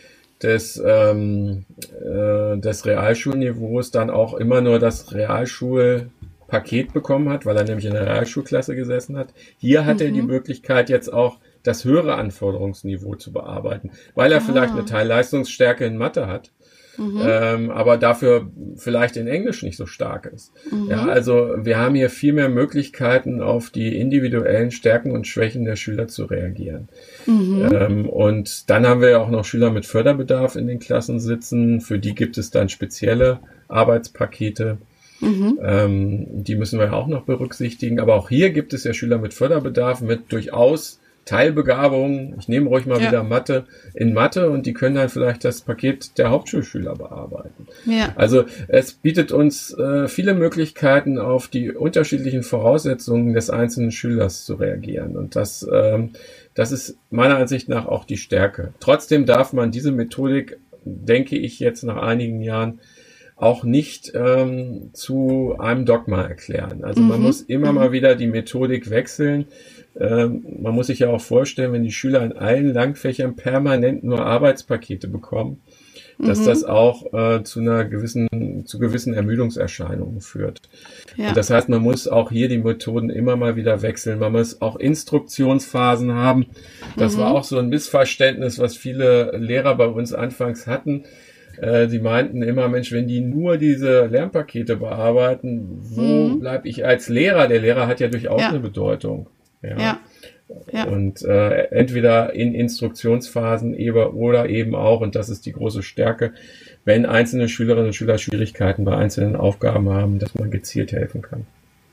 des, ähm, äh, des Realschulniveaus dann auch immer nur das Realschulpaket bekommen hat, weil er nämlich in der Realschulklasse gesessen hat. Hier hat mhm. er die Möglichkeit, jetzt auch das höhere Anforderungsniveau zu bearbeiten, weil er ah. vielleicht eine Teilleistungsstärke in Mathe hat, mhm. ähm, aber dafür vielleicht in Englisch nicht so stark ist. Mhm. Ja, also wir haben hier viel mehr Möglichkeiten, auf die individuellen Stärken und Schwächen der Schüler zu reagieren. Mhm. Ähm, und dann haben wir ja auch noch Schüler mit Förderbedarf in den Klassen sitzen. Für die gibt es dann spezielle Arbeitspakete. Mhm. Ähm, die müssen wir ja auch noch berücksichtigen. Aber auch hier gibt es ja Schüler mit Förderbedarf, mit durchaus Teilbegabung. Ich nehme ruhig mal ja. wieder Mathe in Mathe und die können dann vielleicht das Paket der Hauptschulschüler bearbeiten. Ja. Also es bietet uns äh, viele Möglichkeiten, auf die unterschiedlichen Voraussetzungen des einzelnen Schülers zu reagieren. Und das, ähm, das ist meiner Ansicht nach auch die Stärke. Trotzdem darf man diese Methodik, denke ich jetzt nach einigen Jahren, auch nicht ähm, zu einem Dogma erklären. Also mhm. man muss immer mhm. mal wieder die Methodik wechseln. Ähm, man muss sich ja auch vorstellen, wenn die Schüler in allen Langfächern permanent nur Arbeitspakete bekommen, dass mhm. das auch äh, zu einer gewissen, zu gewissen Ermüdungserscheinungen führt. Ja. Und das heißt, man muss auch hier die Methoden immer mal wieder wechseln. Man muss auch Instruktionsphasen haben. Das mhm. war auch so ein Missverständnis, was viele Lehrer bei uns anfangs hatten. Äh, die meinten immer, Mensch, wenn die nur diese Lernpakete bearbeiten, wo mhm. bleibe ich als Lehrer? Der Lehrer hat ja durchaus ja. eine Bedeutung. Ja. Ja. Ja. Und äh, entweder in Instruktionsphasen eben oder eben auch, und das ist die große Stärke, wenn einzelne Schülerinnen und Schüler Schwierigkeiten bei einzelnen Aufgaben haben, dass man gezielt helfen kann.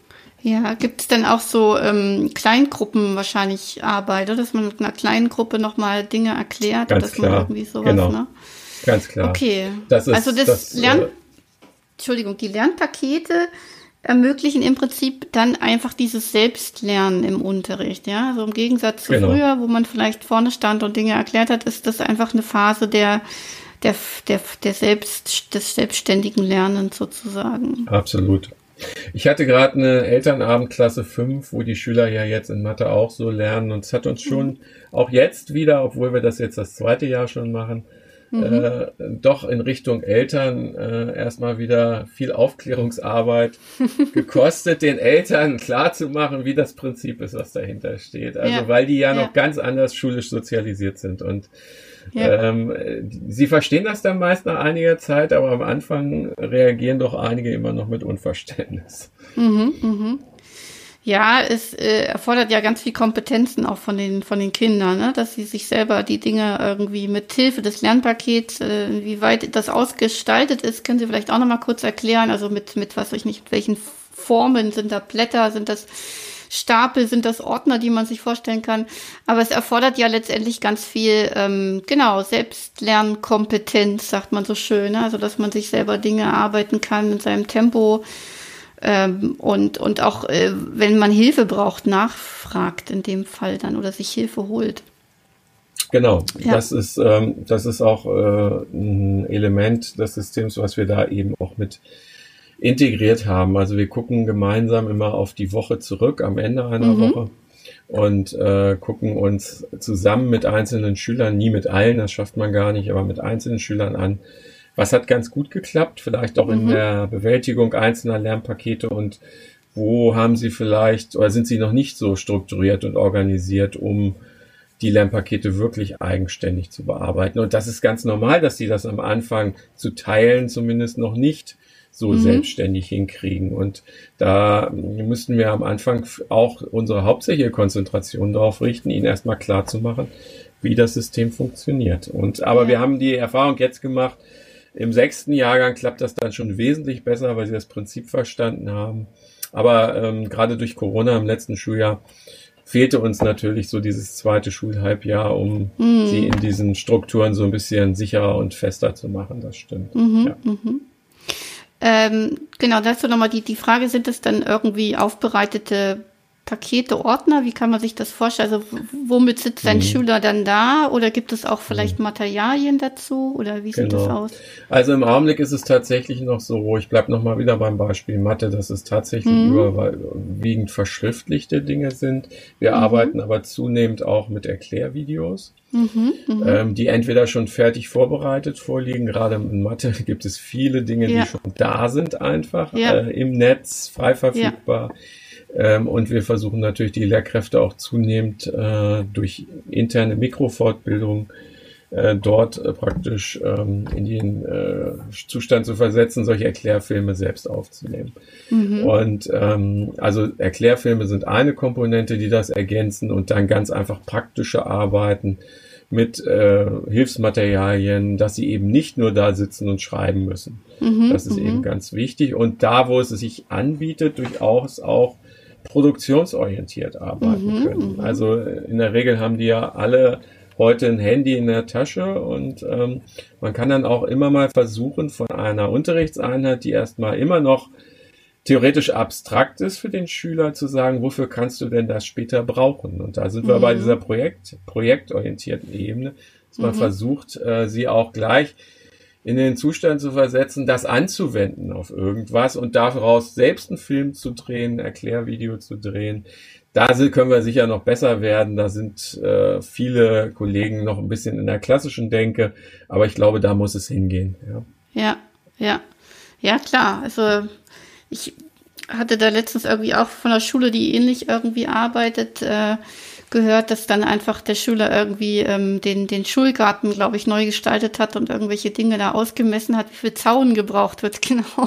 Ja, gibt es denn auch so ähm, Kleingruppen wahrscheinlich Arbeit, oder? Dass man mit einer kleinen Gruppe nochmal Dinge erklärt? Ganz dass klar, man irgendwie sowas, genau. Ne? Ganz klar. Okay. Das ist, also das, das Lern, äh, Entschuldigung, die Lernpakete ermöglichen im Prinzip dann einfach dieses Selbstlernen im Unterricht, ja. Also im Gegensatz zu genau. früher, wo man vielleicht vorne stand und Dinge erklärt hat, ist das einfach eine Phase der, der, der, der Selbst, des selbstständigen Lernens sozusagen. Absolut. Ich hatte gerade eine Elternabend Klasse fünf, wo die Schüler ja jetzt in Mathe auch so lernen, und es hat uns schon mhm. auch jetzt wieder, obwohl wir das jetzt das zweite Jahr schon machen, Mhm. Äh, doch in Richtung Eltern äh, erstmal wieder viel Aufklärungsarbeit gekostet, den Eltern klarzumachen, wie das Prinzip ist, was dahinter steht. Also ja. weil die ja, ja noch ganz anders schulisch sozialisiert sind. Und ja. ähm, sie verstehen das dann meist nach einiger Zeit, aber am Anfang reagieren doch einige immer noch mit Unverständnis. Mhm, mhm. Ja, es äh, erfordert ja ganz viel Kompetenzen auch von den von den Kindern, ne? Dass sie sich selber die Dinge irgendwie mit Hilfe des Lernpakets, äh, wie weit das ausgestaltet ist, können Sie vielleicht auch noch mal kurz erklären. Also mit mit was weiß ich nicht, mit welchen Formen, sind da Blätter, sind das Stapel, sind das Ordner, die man sich vorstellen kann. Aber es erfordert ja letztendlich ganz viel, ähm, genau, Selbstlernkompetenz, sagt man so schön, ne? Also dass man sich selber Dinge erarbeiten kann in seinem Tempo. Ähm, und, und auch, äh, wenn man Hilfe braucht, nachfragt in dem Fall dann oder sich Hilfe holt. Genau, ja. das ist, ähm, das ist auch äh, ein Element des Systems, was wir da eben auch mit integriert haben. Also wir gucken gemeinsam immer auf die Woche zurück am Ende einer mhm. Woche und äh, gucken uns zusammen mit einzelnen Schülern, nie mit allen, das schafft man gar nicht, aber mit einzelnen Schülern an, was hat ganz gut geklappt, vielleicht auch in mhm. der Bewältigung einzelner Lernpakete, und wo haben Sie vielleicht oder sind Sie noch nicht so strukturiert und organisiert, um die Lernpakete wirklich eigenständig zu bearbeiten. Und das ist ganz normal, dass Sie das am Anfang zu Teilen zumindest noch nicht so mhm. selbstständig hinkriegen. Und da müssten wir am Anfang auch unsere hauptsächliche Konzentration darauf richten, Ihnen erstmal klar zu machen, wie das System funktioniert. Und aber ja. wir haben die Erfahrung jetzt gemacht, im sechsten Jahrgang klappt das dann schon wesentlich besser, weil sie das Prinzip verstanden haben. Aber ähm, gerade durch Corona im letzten Schuljahr fehlte uns natürlich so dieses zweite Schulhalbjahr, um mhm. sie in diesen Strukturen so ein bisschen sicherer und fester zu machen. Das stimmt. Mhm, ja. mhm. Ähm, genau, dazu nochmal die, die Frage, sind es dann irgendwie aufbereitete Pakete, Ordner, wie kann man sich das vorstellen? Also womit sitzt ein mhm. Schüler dann da, oder gibt es auch vielleicht mhm. Materialien dazu, oder wie sieht genau. das aus? Also im Augenblick ist es tatsächlich noch so, ich bleibe nochmal wieder beim Beispiel Mathe, dass es tatsächlich mhm. überwiegend verschriftlichte Dinge sind. Wir mhm. arbeiten aber zunehmend auch mit Erklärvideos, mhm. Mhm. Ähm, die entweder schon fertig vorbereitet vorliegen. Gerade in Mathe gibt es viele Dinge, ja. die schon da sind einfach, ja. äh, im Netz, frei verfügbar. Ja. Ähm, und wir versuchen natürlich die Lehrkräfte auch zunehmend äh, durch interne Mikrofortbildung äh, dort äh, praktisch ähm, in den äh, Zustand zu versetzen, solche Erklärfilme selbst aufzunehmen. Mhm. Und ähm, also Erklärfilme sind eine Komponente, die das ergänzen, und dann ganz einfach praktische Arbeiten mit äh, Hilfsmaterialien, dass sie eben nicht nur da sitzen und schreiben müssen. Mhm. Das ist mhm. eben ganz wichtig. Und da, wo es sich anbietet, durchaus auch produktionsorientiert arbeiten mhm, können. Mhm. Also in der Regel haben die ja alle heute ein Handy in der Tasche, und ähm, man kann dann auch immer mal versuchen, von einer Unterrichtseinheit, die erstmal immer noch theoretisch abstrakt ist für den Schüler, zu sagen, wofür kannst du denn das später brauchen? Und da sind wir mhm. bei dieser Projekt, projektorientierten Ebene, dass man mhm. versucht, äh, sie auch gleich in den Zustand zu versetzen, das anzuwenden auf irgendwas und daraus selbst einen Film zu drehen, ein Erklärvideo zu drehen. Da können wir sicher noch besser werden. Da sind äh, viele Kollegen noch ein bisschen in der klassischen Denke, aber ich glaube, da muss es hingehen. Ja, ja, ja, ja klar. Also ich hatte da letztens irgendwie auch von der Schule, die ähnlich irgendwie arbeitet, äh, gehört, dass dann einfach der Schüler irgendwie ähm, den den Schulgarten, glaube ich, neu gestaltet hat und irgendwelche Dinge da ausgemessen hat, wie viel Zaun gebraucht wird, genau.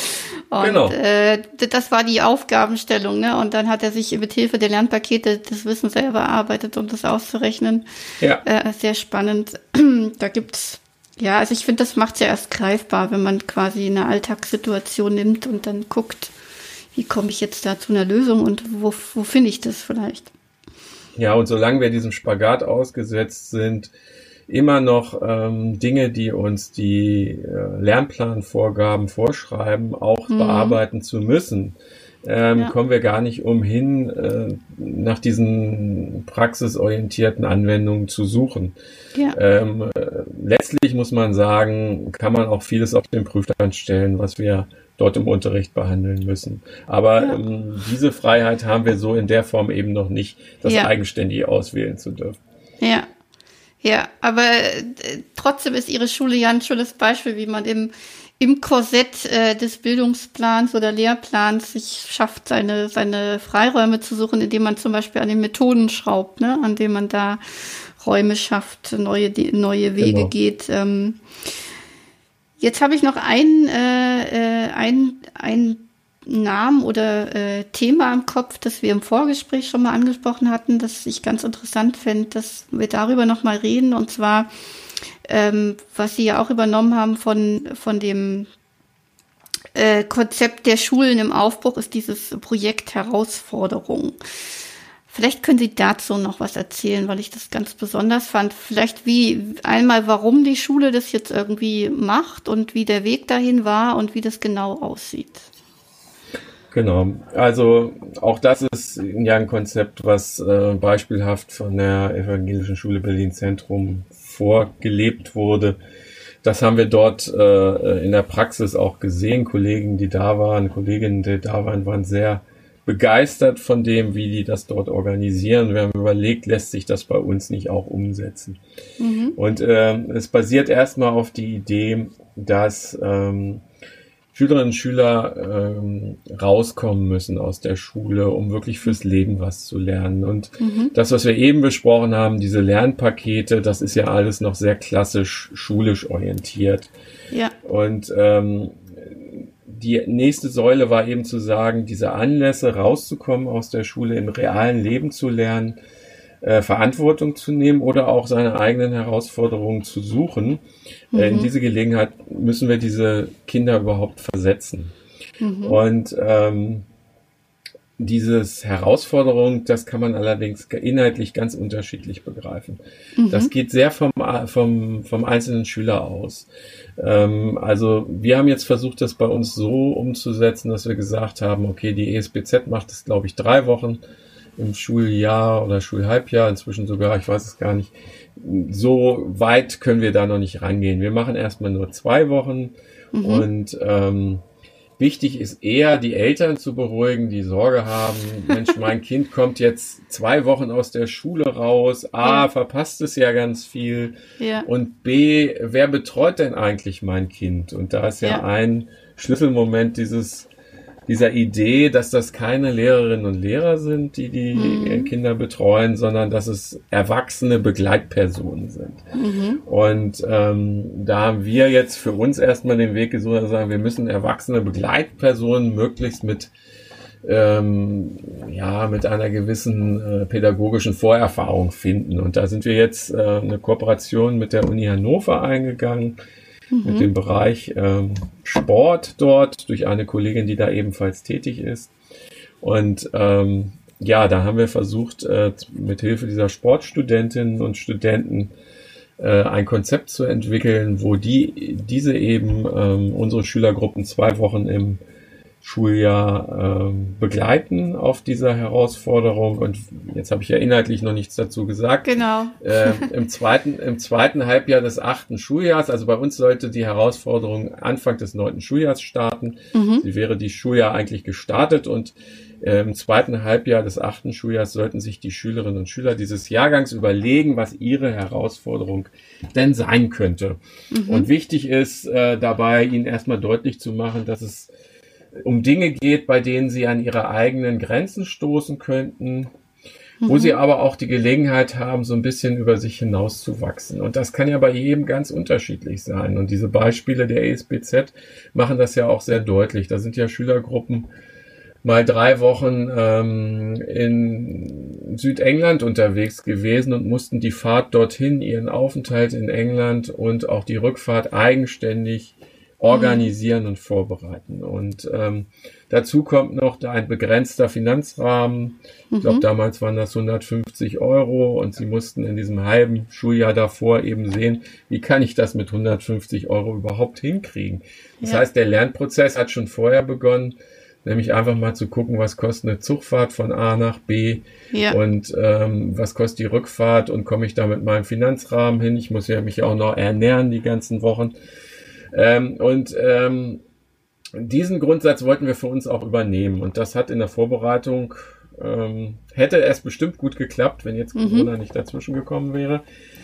Und genau. Äh, das war die Aufgabenstellung, ne? Und dann hat er sich mit Hilfe der Lernpakete das Wissen selber erarbeitet, um das auszurechnen. Ja. Äh, sehr spannend. Da gibt's, ja, also ich finde, das macht's ja erst greifbar, wenn man quasi eine Alltagssituation nimmt und dann guckt, wie komme ich jetzt da zu einer Lösung und wo, wo finde ich das vielleicht? Ja, und solange wir diesem Spagat ausgesetzt sind, immer noch ähm, Dinge, die uns die äh, Lernplanvorgaben vorschreiben, auch mhm. bearbeiten zu müssen. Ähm, ja. Kommen wir gar nicht umhin, äh, nach diesen praxisorientierten Anwendungen zu suchen. Ja. Ähm, äh, letztlich muss man sagen, kann man auch vieles auf den Prüfstand stellen, was wir dort im Unterricht behandeln müssen. Aber ja. ähm, diese Freiheit haben wir so in der Form eben noch nicht, das ja. eigenständig auswählen zu dürfen. Ja, ja, aber äh, trotzdem ist Ihre Schule ja ein schönes Beispiel, wie man im im Korsett äh, des Bildungsplans oder Lehrplans sich schafft, seine seine Freiräume zu suchen, indem man zum Beispiel an den Methoden schraubt, ne, an dem man da Räume schafft, neue neue Wege genau. geht. Ähm, jetzt habe ich noch ein äh, ein ein Namen oder äh, Thema im Kopf, das wir im Vorgespräch schon mal angesprochen hatten, das ich ganz interessant fände, dass wir darüber noch mal reden, und zwar Ähm, was Sie ja auch übernommen haben von, von dem äh, Konzept der Schulen im Aufbruch, ist dieses Projekt Herausforderung. Vielleicht können Sie dazu noch was erzählen, weil ich das ganz besonders fand. Vielleicht wie einmal, warum die Schule das jetzt irgendwie macht und wie der Weg dahin war und wie das genau aussieht. Genau, also auch das ist ja ein Konzept, was äh, beispielhaft von der Evangelischen Schule Berlin Zentrum vorgelebt wurde. Das haben wir dort äh, in der Praxis auch gesehen. Kollegen, die da waren, Kolleginnen, die da waren, waren sehr begeistert von dem, wie die das dort organisieren. Wir haben überlegt, lässt sich das bei uns nicht auch umsetzen? Mhm. Und äh, es basiert erstmal auf die Idee, dass ähm, Schülerinnen und Schüler ähm, rauskommen müssen aus der Schule, um wirklich fürs Leben was zu lernen. Und mhm. das, was wir eben besprochen haben, diese Lernpakete, das ist ja alles noch sehr klassisch schulisch orientiert. Ja. Und ähm, die nächste Säule war eben zu sagen, diese Anlässe rauszukommen aus der Schule, im realen Leben zu lernen, äh, Verantwortung zu nehmen oder auch seine eigenen Herausforderungen zu suchen. Mhm. Äh, in diese Gelegenheit müssen wir diese Kinder überhaupt versetzen. Mhm. Und ähm, dieses Herausforderung, das kann man allerdings inhaltlich ganz unterschiedlich begreifen. Mhm. Das geht sehr vom, vom, vom einzelnen Schüler aus. Ähm, also wir haben jetzt versucht, das bei uns so umzusetzen, dass wir gesagt haben, okay, die E S B Z macht das, glaube ich, drei Wochen im Schuljahr oder Schulhalbjahr, inzwischen sogar, ich weiß es gar nicht. So weit können wir da noch nicht rangehen. Wir machen erstmal nur zwei Wochen mhm. und ähm, wichtig ist eher, die Eltern zu beruhigen, die Sorge haben, Mensch, mein Kind kommt jetzt zwei Wochen aus der Schule raus, A, ja. verpasst es ja ganz viel ja. und B, wer betreut denn eigentlich mein Kind? Und da ist ja, ja. ein Schlüsselmoment dieses dieser Idee, dass das keine Lehrerinnen und Lehrer sind, die die mhm. Kinder betreuen, sondern dass es erwachsene Begleitpersonen sind. Mhm. Und ähm, da haben wir jetzt für uns erstmal den Weg gesucht, dass wir sagen, wir müssen erwachsene Begleitpersonen möglichst mit ähm, ja mit einer gewissen äh, pädagogischen Vorerfahrung finden. Und da sind wir jetzt äh, eine Kooperation mit der Uni Hannover eingegangen, mhm. mit dem Bereich ähm, Sport dort, durch eine Kollegin, die da ebenfalls tätig ist. Und ähm, ja, da haben wir versucht, äh, mit Hilfe dieser Sportstudentinnen und Studenten äh, ein Konzept zu entwickeln, wo die diese eben ähm, unsere Schülergruppen zwei Wochen im Schuljahr ähm, begleiten auf dieser Herausforderung. Und jetzt habe ich ja inhaltlich noch nichts dazu gesagt. Genau. Äh, im zweiten, im zweiten Halbjahr des achten Schuljahrs, also bei uns sollte die Herausforderung Anfang des neunten Schuljahrs starten. Mhm. Sie wäre die Schuljahr eigentlich gestartet und äh, im zweiten Halbjahr des achten Schuljahrs sollten sich die Schülerinnen und Schüler dieses Jahrgangs überlegen, was ihre Herausforderung denn sein könnte. Mhm. Und wichtig ist äh, dabei, ihnen erstmal deutlich zu machen, dass es um Dinge geht, bei denen sie an ihre eigenen Grenzen stoßen könnten, mhm. wo sie aber auch die Gelegenheit haben, so ein bisschen über sich hinauszuwachsen. Und das kann ja bei jedem ganz unterschiedlich sein. Und diese Beispiele der E S B Z machen das ja auch sehr deutlich. Da sind ja Schülergruppen mal drei Wochen ähm, in Südengland unterwegs gewesen und mussten die Fahrt dorthin, ihren Aufenthalt in England und auch die Rückfahrt eigenständig organisieren und vorbereiten. Und ähm, Dazu kommt noch da ein begrenzter Finanzrahmen. Ich glaube, Mhm. damals waren das hundertfünfzig Euro und sie mussten in diesem halben Schuljahr davor eben sehen, wie kann ich das mit hundertfünfzig Euro überhaupt hinkriegen. Das Ja. heißt, der Lernprozess hat schon vorher begonnen, nämlich einfach mal zu gucken, was kostet eine Zugfahrt von A nach B Ja. und ähm, was kostet die Rückfahrt und komme ich da mit meinem Finanzrahmen hin. Ich muss ja mich auch noch ernähren die ganzen Wochen. Ähm, und ähm, diesen Grundsatz wollten wir für uns auch übernehmen und das hat in der Vorbereitung, ähm, hätte es bestimmt gut geklappt, wenn jetzt Mhm. Corona nicht dazwischen gekommen wäre.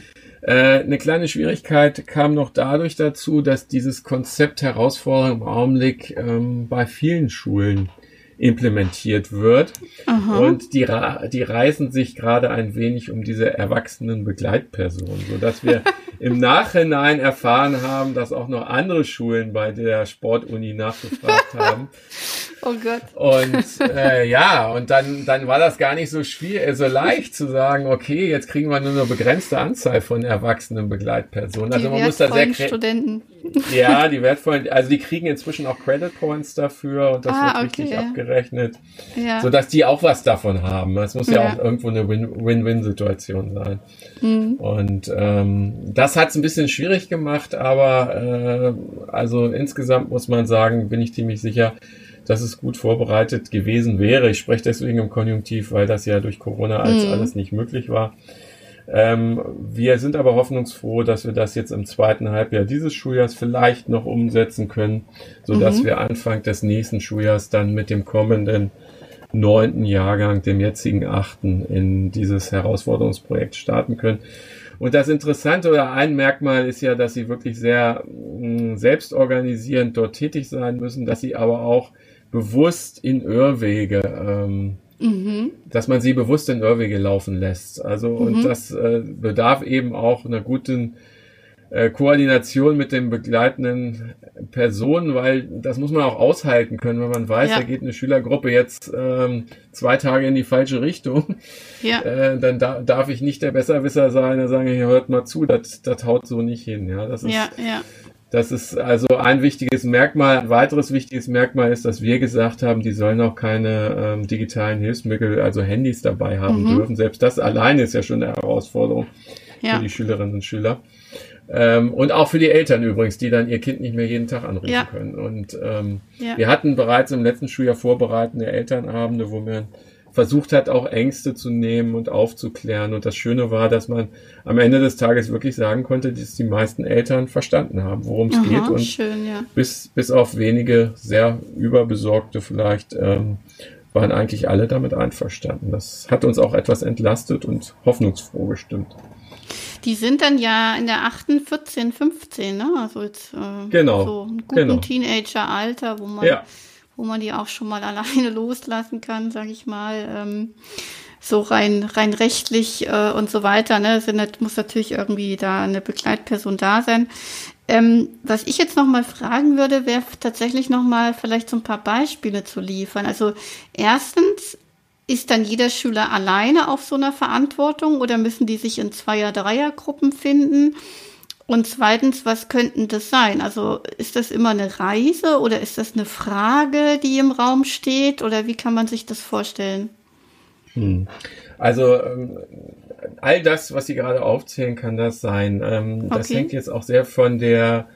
Äh, eine kleine Schwierigkeit kam noch dadurch dazu, dass dieses Konzept Herausforderung im Augenblick ähm, bei vielen Schulen implementiert wird Aha. und die, ra- die reißen sich gerade ein wenig um diese erwachsenen Begleitpersonen, sodass wir im Nachhinein erfahren haben, dass auch noch andere Schulen bei der Sportuni nachgefragt haben. Oh Gott. Und äh, ja, und dann, dann war das gar nicht so schwierig, so leicht zu sagen, okay, jetzt kriegen wir nur eine begrenzte Anzahl von erwachsenen Begleitpersonen. Also Die man muss da sehr wertvollen kre- Studenten. ja, die wertvollen, also die kriegen inzwischen auch Credit Points dafür und das Ah, wird richtig okay. abgerechnet, Ja. sodass die auch was davon haben. Es muss ja, Ja. auch irgendwo eine Win- Win-Win-Situation sein. Mhm. Und ähm, das hat es ein bisschen schwierig gemacht, aber äh, also insgesamt muss man sagen, bin ich ziemlich sicher, dass es gut vorbereitet gewesen wäre. Ich spreche deswegen im Konjunktiv, weil das ja durch Corona als Mhm. alles nicht möglich war. Ähm, wir sind aber hoffnungsfroh, dass wir das jetzt im zweiten Halbjahr dieses Schuljahrs vielleicht noch umsetzen können, sodass Mhm. wir Anfang des nächsten Schuljahrs dann mit dem kommenden neunten Jahrgang, dem jetzigen achten, in dieses Herausforderungsprojekt starten können. Und das Interessante oder ein Merkmal ist ja, dass sie wirklich sehr mh, selbstorganisierend dort tätig sein müssen, dass sie aber auch bewusst in Irrwege ähm, Mhm. dass man sie bewusst in Irrwege laufen lässt. Also, und Mhm. das äh, bedarf eben auch einer guten äh, Koordination mit den begleitenden Personen, weil das muss man auch aushalten können, wenn man weiß, Ja. da geht eine Schülergruppe jetzt ähm, zwei Tage in die falsche Richtung, Ja. äh, dann da, darf ich nicht der Besserwisser sein, der sagen, hier hört mal zu, das, das haut so nicht hin. Ja, das ist, Ja. Ja. das ist also ein wichtiges Merkmal. Ein weiteres wichtiges Merkmal ist, dass wir gesagt haben, die sollen auch keine ähm, digitalen Hilfsmittel, also Handys dabei haben Mhm. dürfen. Selbst das alleine ist ja schon eine Herausforderung Ja. für die Schülerinnen und Schüler. Ähm, und auch für die Eltern übrigens, die dann ihr Kind nicht mehr jeden Tag anrufen Ja. können. Und ähm, Ja. wir hatten bereits im letzten Schuljahr vorbereitende Elternabende, wo man versucht hat, auch Ängste zu nehmen und aufzuklären. Und das Schöne war, dass man am Ende des Tages wirklich sagen konnte, dass die meisten Eltern verstanden haben, worum es geht. Aha, Und schön, ja. bis, bis auf wenige sehr überbesorgte vielleicht, ähm, waren eigentlich alle damit einverstanden. Das hat uns auch etwas entlastet und hoffnungsfroh gestimmt. Die sind dann ja in der achten, vierzehn, fünfzehn, ne? Also jetzt äh, Genau, so ein guten genau. Teenager-Alter, wo man, Ja, wo man die auch schon mal alleine loslassen kann, sage ich mal. Ähm, so rein, rein rechtlich äh, und so weiter. Ne? Es sind- muss natürlich irgendwie da eine Begleitperson da sein. Ähm, was ich jetzt noch mal fragen würde, wäre tatsächlich noch mal vielleicht so ein paar Beispiele zu liefern. Also erstens, ist dann jeder Schüler alleine auf so einer Verantwortung oder müssen die sich in Zweier-, Dreiergruppen finden? Und zweitens, was könnten das sein? Also ist das immer eine Reise oder ist das eine Frage, die im Raum steht oder wie kann man sich das vorstellen? Hm. Also ähm, all das, was Sie gerade aufzählen, kann das sein. Ähm, das Okay. hängt jetzt auch sehr von der,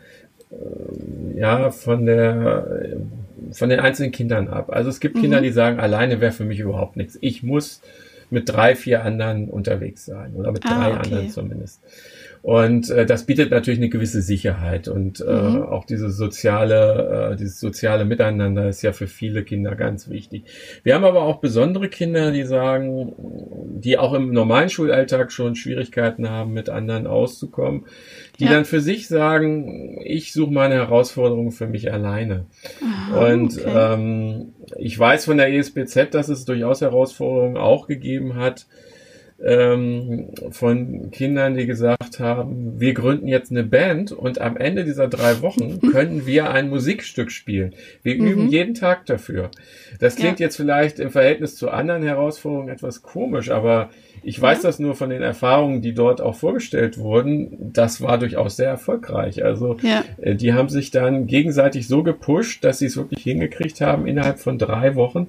äh, ja, von der, äh, von den einzelnen Kindern ab. Also es gibt Mhm. Kinder, die sagen, alleine wäre für mich überhaupt nichts. Ich muss mit drei, vier anderen unterwegs sein oder mit Ah, drei okay. anderen zumindest. Und äh, das bietet natürlich eine gewisse Sicherheit und äh, Mhm. auch diese soziale, äh, dieses soziale Miteinander ist ja für viele Kinder ganz wichtig. Wir haben aber auch besondere Kinder, die sagen, die auch im normalen Schulalltag schon Schwierigkeiten haben, mit anderen auszukommen, die Ja. dann für sich sagen, ich suche meine Herausforderungen für mich alleine. Aha, Und okay. ähm, ich weiß von der E S B Z, dass es durchaus Herausforderungen auch gegeben hat, ähm, von Kindern, die gesagt haben, wir gründen jetzt eine Band und am Ende dieser drei Wochen können wir ein Musikstück spielen. Wir üben mhm. jeden Tag dafür. Das klingt ja. jetzt vielleicht im Verhältnis zu anderen Herausforderungen etwas komisch, aber ich weiß ja. das nur von den Erfahrungen, die dort auch vorgestellt wurden. Das war durchaus sehr erfolgreich. Also ja. äh, die haben sich dann gegenseitig so gepusht, dass sie es wirklich hingekriegt haben, innerhalb von drei Wochen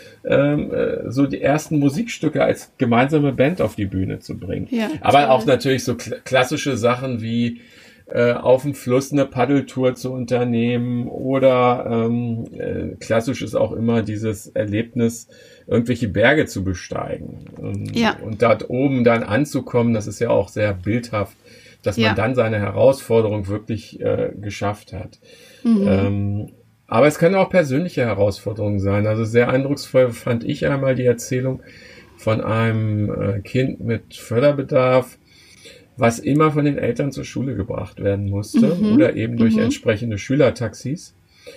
ähm, äh, so die ersten Musikstücke als gemeinsame Band auf die Bühne zu bringen. Ja, aber toll. Auch natürlich so kl- klassische Sachen wie äh, auf dem Fluss eine Paddeltour zu unternehmen oder ähm, äh, klassisch ist auch immer dieses Erlebnis, irgendwelche Berge zu besteigen ähm, ja. und dort oben dann anzukommen. Das ist ja auch sehr bildhaft, dass man ja. dann seine Herausforderung wirklich äh, geschafft hat. Mhm. Ähm, aber es können auch persönliche Herausforderungen sein. Also sehr eindrucksvoll fand ich einmal die Erzählung von einem äh, Kind mit Förderbedarf, was immer von den Eltern zur Schule gebracht werden musste mhm. oder eben durch mhm. entsprechende Schülertaxis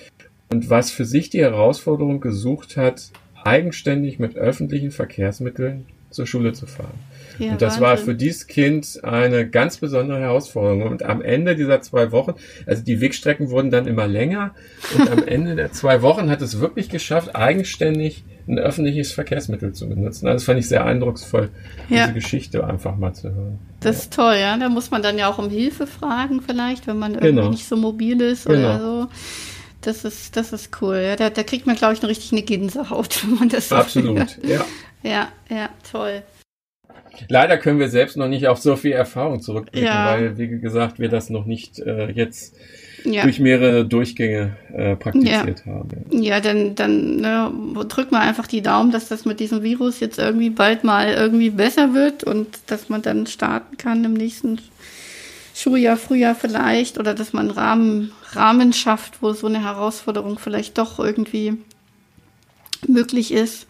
und was für sich die Herausforderung gesucht hat, eigenständig mit öffentlichen Verkehrsmitteln zur Schule zu fahren. Ja, und das Wahnsinn. War für dieses Kind eine ganz besondere Herausforderung. Und am Ende dieser zwei Wochen, also die Wegstrecken wurden dann immer länger und am Ende der zwei Wochen hat es wirklich geschafft, eigenständig ein öffentliches Verkehrsmittel zu benutzen. Also das fand ich sehr eindrucksvoll, ja. diese Geschichte einfach mal zu hören. Das ist toll, ja. Da muss man dann ja auch um Hilfe fragen vielleicht, wenn man irgendwie genau. nicht so mobil ist genau. oder so. Das ist, das ist cool. Ja, da, da kriegt man, glaube ich, noch richtig eine Gänsehaut, wenn man das so Absolut, hört. ja. Ja, ja, toll. Leider können wir selbst noch nicht auf so viel Erfahrung zurückblicken, ja. weil, wie gesagt, wir das noch nicht äh, jetzt ja. durch mehrere Durchgänge äh, praktiziert ja. haben. Ja, dann, dann ne, drück mal einfach die Daumen, dass das mit diesem Virus jetzt irgendwie bald mal irgendwie besser wird und dass man dann starten kann im nächsten Schuljahr, Frühjahr vielleicht, oder dass man einen Rahmen, Rahmen schafft, wo so eine Herausforderung vielleicht doch irgendwie möglich ist.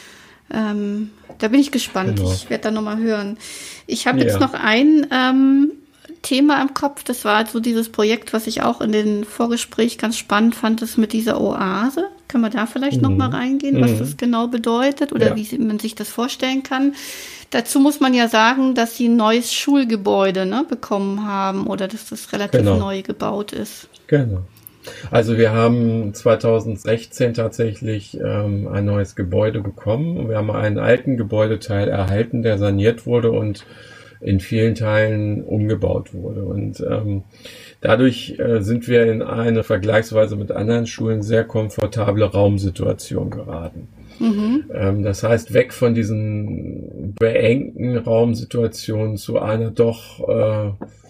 Ähm, da bin ich gespannt. Genau. Ich werde da nochmal hören. Ich habe ja. jetzt noch ein ähm, Thema im Kopf. Das war so dieses Projekt, was ich auch in den Vorgespräch ganz spannend fand, das mit dieser Oase. Können wir da vielleicht mhm. nochmal reingehen, was mhm. das genau bedeutet oder ja. wie man sich das vorstellen kann? Dazu muss man ja sagen, dass sie ein neues Schulgebäude ne, bekommen haben oder dass das relativ genau. neu gebaut ist. Genau. Also wir haben zweitausendsechzehn tatsächlich ähm, ein neues Gebäude bekommen. Wir haben einen alten Gebäudeteil erhalten, der saniert wurde und in vielen Teilen umgebaut wurde. Und ähm, dadurch äh, sind wir in eine vergleichsweise mit anderen Schulen sehr komfortable Raumsituation geraten. Mhm. Ähm, das heißt, weg von diesen beengten Raumsituationen zu einer doch äh,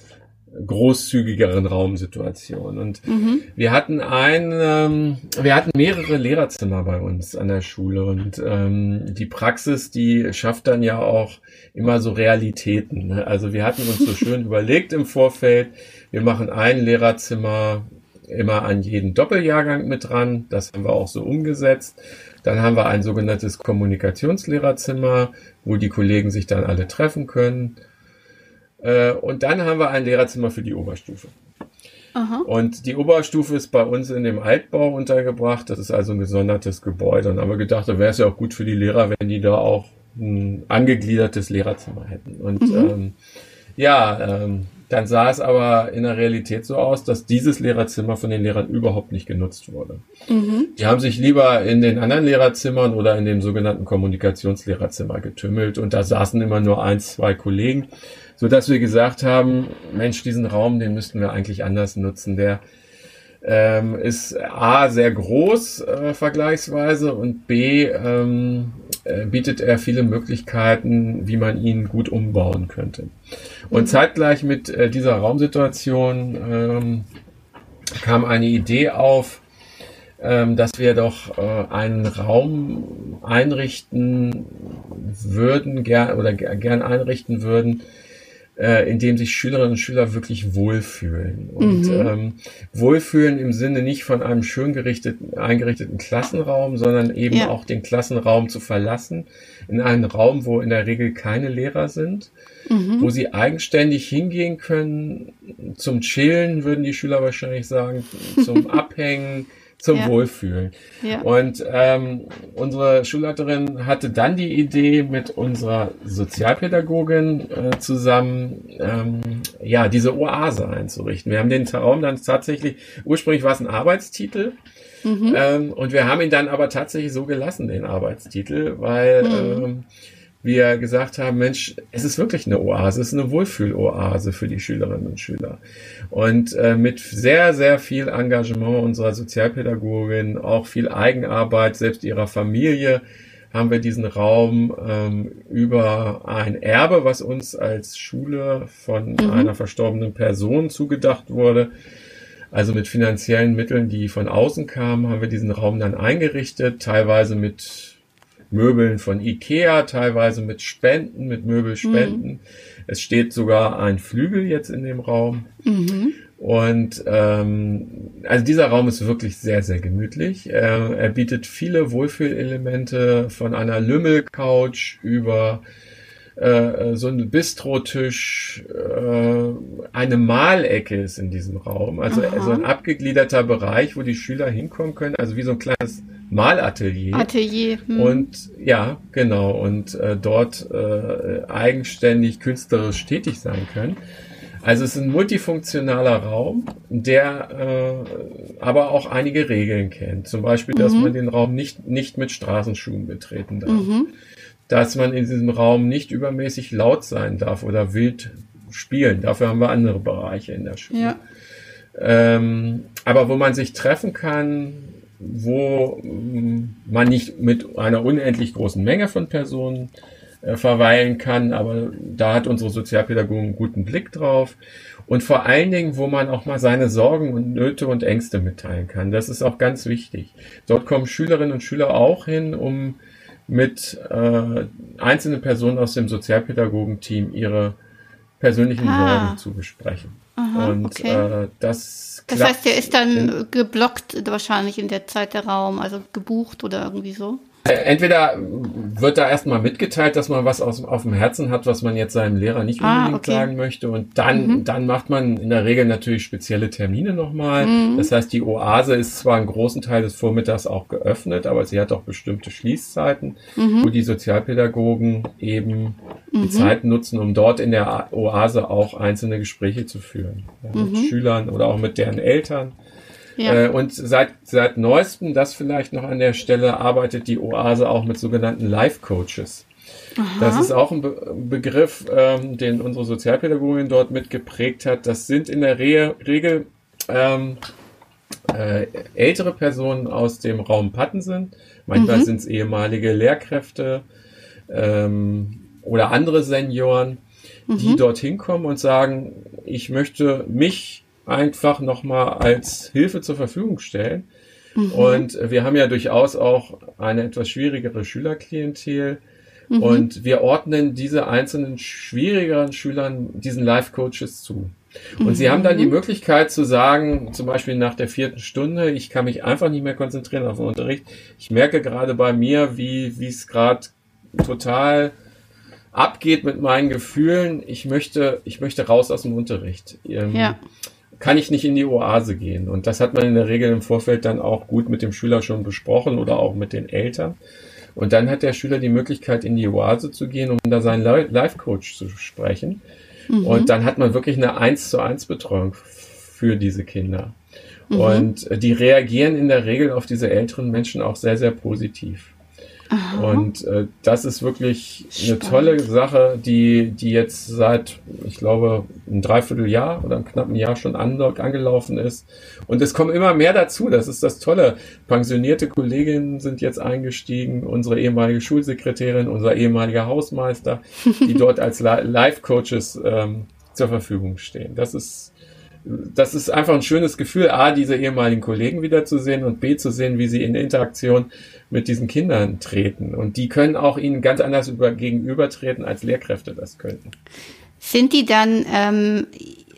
großzügigeren Raumsituation. Und mhm. wir hatten ein, ähm, wir hatten mehrere Lehrerzimmer bei uns an der Schule und ähm, die Praxis, die schafft dann ja auch immer so Realitäten. Ne? Also wir hatten uns so schön überlegt im Vorfeld, wir machen ein Lehrerzimmer immer an jeden Doppeljahrgang mit dran. Das haben wir auch so umgesetzt. Dann haben wir ein sogenanntes Kommunikationslehrerzimmer, wo die Kollegen sich dann alle treffen können. Und dann haben wir ein Lehrerzimmer für die Oberstufe. Aha. Und die Oberstufe ist bei uns in dem Altbau untergebracht. Das ist also ein gesondertes Gebäude. Und haben wir gedacht, da wäre es ja auch gut für die Lehrer, wenn die da auch ein angegliedertes Lehrerzimmer hätten. Und mhm. ähm, ja, ähm, dann sah es aber in der Realität so aus, dass dieses Lehrerzimmer von den Lehrern überhaupt nicht genutzt wurde. Mhm. Die haben sich lieber in den anderen Lehrerzimmern oder in dem sogenannten Kommunikationslehrerzimmer getümmelt. Und da saßen immer nur ein, zwei Kollegen, so dass wir gesagt haben, Mensch, diesen Raum, den müssten wir eigentlich anders nutzen. Der ähm, ist A, sehr groß äh, vergleichsweise und B, ähm, äh, bietet er viele Möglichkeiten, wie man ihn gut umbauen könnte. Und mhm. zeitgleich mit äh, dieser Raumsituation ähm, kam eine Idee auf, ähm, dass wir doch äh, einen Raum einrichten würden, gern oder gern einrichten würden, in dem sich Schülerinnen und Schüler wirklich wohlfühlen. Und mhm. ähm, wohlfühlen im Sinne nicht von einem schön gerichteten, eingerichteten Klassenraum, sondern eben ja. auch den Klassenraum zu verlassen, in einen Raum, wo in der Regel keine Lehrer sind, mhm. wo sie eigenständig hingehen können, zum Chillen, würden die Schüler wahrscheinlich sagen, zum Abhängen, zum ja. Wohlfühlen. Ja. Und ähm, unsere Schulleiterin hatte dann die Idee, mit unserer Sozialpädagogin äh, zusammen ähm, ja diese Oase einzurichten. Wir haben den Raum dann tatsächlich, ursprünglich war es ein Arbeitstitel, mhm. ähm, und wir haben ihn dann aber tatsächlich so gelassen, den Arbeitstitel, weil mhm. ähm, wir gesagt haben, Mensch, es ist wirklich eine Oase, es ist eine Wohlfühloase für die Schülerinnen und Schüler. Und äh, mit sehr, sehr viel Engagement unserer Sozialpädagogin, auch viel Eigenarbeit, selbst ihrer Familie, haben wir diesen Raum ähm, über ein Erbe, was uns als Schule von mhm. einer verstorbenen Person zugedacht wurde, also mit finanziellen Mitteln, die von außen kamen, haben wir diesen Raum dann eingerichtet, teilweise mit Möbeln von Ikea, teilweise mit Spenden, mit Möbelspenden. Mhm. Es steht sogar ein Flügel jetzt in dem Raum. Mhm. Und ähm, also dieser Raum ist wirklich sehr, sehr gemütlich. Er, er bietet viele Wohlfühlelemente, von einer Lümmelcouch über äh, so einen Bistrotisch, äh, eine Malecke ist in diesem Raum. Also Aha. so ein abgegliederter Bereich, wo die Schüler hinkommen können, also wie so ein kleines Malatelier. Atelier. Hm. Und ja, genau. Und äh, dort äh, eigenständig künstlerisch tätig sein können. Also es ist ein multifunktionaler Raum, der äh, aber auch einige Regeln kennt. Zum Beispiel, dass mhm. man den Raum nicht, nicht mit Straßenschuhen betreten darf. Mhm. Dass man in diesem Raum nicht übermäßig laut sein darf oder wild spielen. Dafür haben wir andere Bereiche in der Schule. Ja. Ähm, aber wo man sich treffen kann, wo man nicht mit einer unendlich großen Menge von Personen äh, verweilen kann, aber da hat unsere Sozialpädagogin einen guten Blick drauf. Und vor allen Dingen, wo man auch mal seine Sorgen und Nöte und Ängste mitteilen kann. Das ist auch ganz wichtig. Dort kommen Schülerinnen und Schüler auch hin, um mit äh, einzelnen Personen aus dem Sozialpädagogenteam ihre persönlichen ah. Sorgen zu besprechen. Aha, und okay. äh, das Das heißt, der ist dann geblockt wahrscheinlich in der Zeit der Raum, also gebucht oder irgendwie so? Entweder wird da erstmal mitgeteilt, dass man was aus, auf dem Herzen hat, was man jetzt seinem Lehrer nicht unbedingt ah, okay. sagen möchte. Und dann, mhm. dann macht man in der Regel natürlich spezielle Termine nochmal. Mhm. Das heißt, die Oase ist zwar einen großen Teil des Vormittags auch geöffnet, aber sie hat auch bestimmte Schließzeiten, mhm. wo die Sozialpädagogen eben mhm. die Zeit nutzen, um dort in der Oase auch einzelne Gespräche zu führen. Ja, mit mhm. Schülern oder auch mit deren Eltern. Ja. Äh, und seit, seit neuestem, das vielleicht noch an der Stelle, arbeitet die Oase auch mit sogenannten Life-Coaches. Das ist auch ein Be- Begriff, ähm, den unsere Sozialpädagogin dort mitgeprägt hat. Das sind in der Re- Regel ähm, äh, ältere Personen aus dem Raum Pattensen. Manchmal mhm. sind es ehemalige Lehrkräfte ähm, oder andere Senioren, mhm. die dorthin kommen und sagen, ich möchte mich einfach nochmal als Hilfe zur Verfügung stellen. Mhm. Und wir haben ja durchaus auch eine etwas schwierigere Schülerklientel. Mhm. Und wir ordnen diese einzelnen schwierigeren Schülern diesen Life-Coaches zu. Und mhm. sie haben dann die Möglichkeit zu sagen, zum Beispiel nach der vierten Stunde, ich kann mich einfach nicht mehr konzentrieren auf den Unterricht. Ich merke gerade bei mir, wie wie es gerade total abgeht mit meinen Gefühlen. Ich möchte, ich möchte raus aus dem Unterricht. Ähm, ja. Kann ich nicht in die Oase gehen. Und das hat man in der Regel im Vorfeld dann auch gut mit dem Schüler schon besprochen oder auch mit den Eltern. Und dann hat der Schüler die Möglichkeit, in die Oase zu gehen, um da seinen Life-Coach zu sprechen. Mhm. Und dann hat man wirklich eine eins zu eins Betreuung für diese Kinder. Mhm. Und die reagieren in der Regel auf diese älteren Menschen auch sehr, sehr positiv. Aha. Und äh, das ist wirklich Spannend. Eine tolle Sache, die die jetzt seit, ich glaube, ein Dreivierteljahr oder einem knappen Jahr schon an, angelaufen ist. Und es kommen immer mehr dazu, das ist das Tolle. Pensionierte Kolleginnen sind jetzt eingestiegen, unsere ehemalige Schulsekretärin, unser ehemaliger Hausmeister, die dort als Life-Coaches ähm, zur Verfügung stehen. Das ist Das ist einfach ein schönes Gefühl, A, diese ehemaligen Kollegen wiederzusehen und B, zu sehen, wie sie in Interaktion mit diesen Kindern treten. Und die können auch ihnen ganz anders über, gegenübertreten, als Lehrkräfte das könnten. Sind die dann, ähm,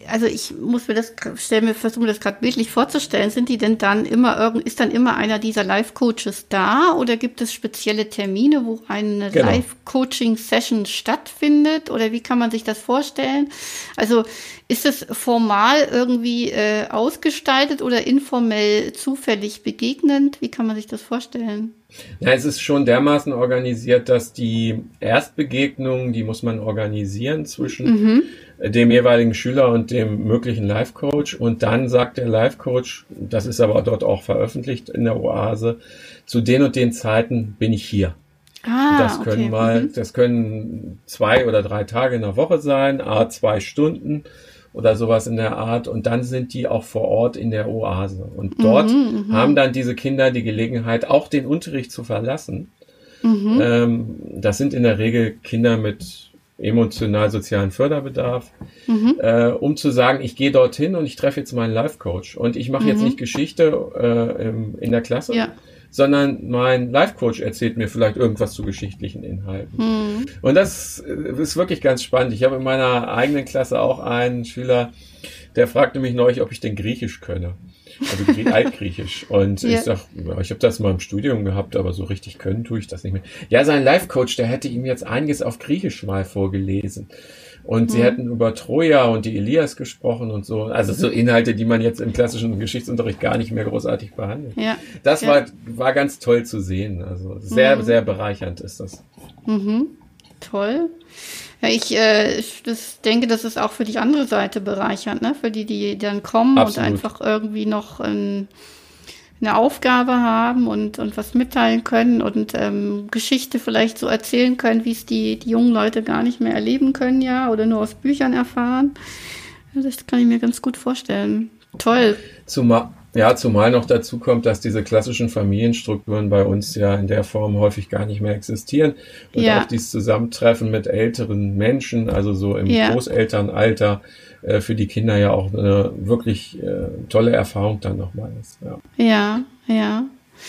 also ich muss mir das, stell mir, versuche mir das gerade bildlich vorzustellen, sind die denn dann immer irgend, ist dann immer einer dieser Live-Coaches da oder gibt es spezielle Termine, wo eine Genau. Live-Coaching-Session stattfindet oder wie kann man sich das vorstellen? Also ist es formal irgendwie äh, ausgestaltet oder informell zufällig begegnend? Wie kann man sich das vorstellen? Ja, es ist schon dermaßen organisiert, dass die Erstbegegnung, die muss man organisieren zwischen mhm. dem jeweiligen Schüler und dem möglichen Life-Coach. Und dann sagt der Life-Coach, das ist aber dort auch veröffentlicht in der Oase, zu den und den Zeiten bin ich hier. Ah, das können okay. mal, mhm. das können zwei oder drei Tage in der Woche sein, a zwei Stunden oder sowas in der Art. Und dann sind die auch vor Ort in der Oase. Und dort mhm, haben dann diese Kinder die Gelegenheit, auch den Unterricht zu verlassen. Mhm. Ähm, das sind in der Regel Kinder mit emotional-sozialen Förderbedarf, Mhm. äh, um zu sagen, ich gehe dorthin und ich treffe jetzt meinen Life-Coach. Und ich mache Mhm. jetzt nicht Geschichte äh, im, in der Klasse, Ja. sondern mein Life-Coach erzählt mir vielleicht irgendwas zu geschichtlichen Inhalten. Mhm. Und das ist wirklich ganz spannend. Ich habe in meiner eigenen Klasse auch einen Schüler, der fragte mich neulich, ob ich denn Griechisch könne. Also Grie- Altgriechisch. Und Ja. ich sag, ja, ich habe das mal im Studium gehabt, aber so richtig können tue ich das nicht mehr. Ja, sein Life-Coach, der hätte ihm jetzt einiges auf Griechisch mal vorgelesen. Und sie Mhm. hätten über Troja und die Elias gesprochen und so. Also so Inhalte, die man jetzt im klassischen Geschichtsunterricht gar nicht mehr großartig behandelt. Ja. Das Ja. war, war ganz toll zu sehen. Also sehr, Mhm. sehr bereichernd ist das. Mhm. Toll. Ja, ich äh, ich- das denke, das ist auch für die andere Seite bereichernd, ne? Für die, die dann kommen Absolut. und einfach irgendwie noch ähm, eine Aufgabe haben und, und was mitteilen können und ähm, Geschichte vielleicht so erzählen können, wie es die, die jungen Leute gar nicht mehr erleben können, ja, oder nur aus Büchern erfahren. Ja, das kann ich mir ganz gut vorstellen. Toll. Zumal, ja, zumal noch dazu kommt, dass diese klassischen Familienstrukturen bei uns ja in der Form häufig gar nicht mehr existieren. Und Ja. auch dieses Zusammentreffen mit älteren Menschen, also so im Ja. Großelternalter, äh, für die Kinder ja auch eine wirklich äh, tolle Erfahrung dann nochmal ist. Ja. Ja, ja.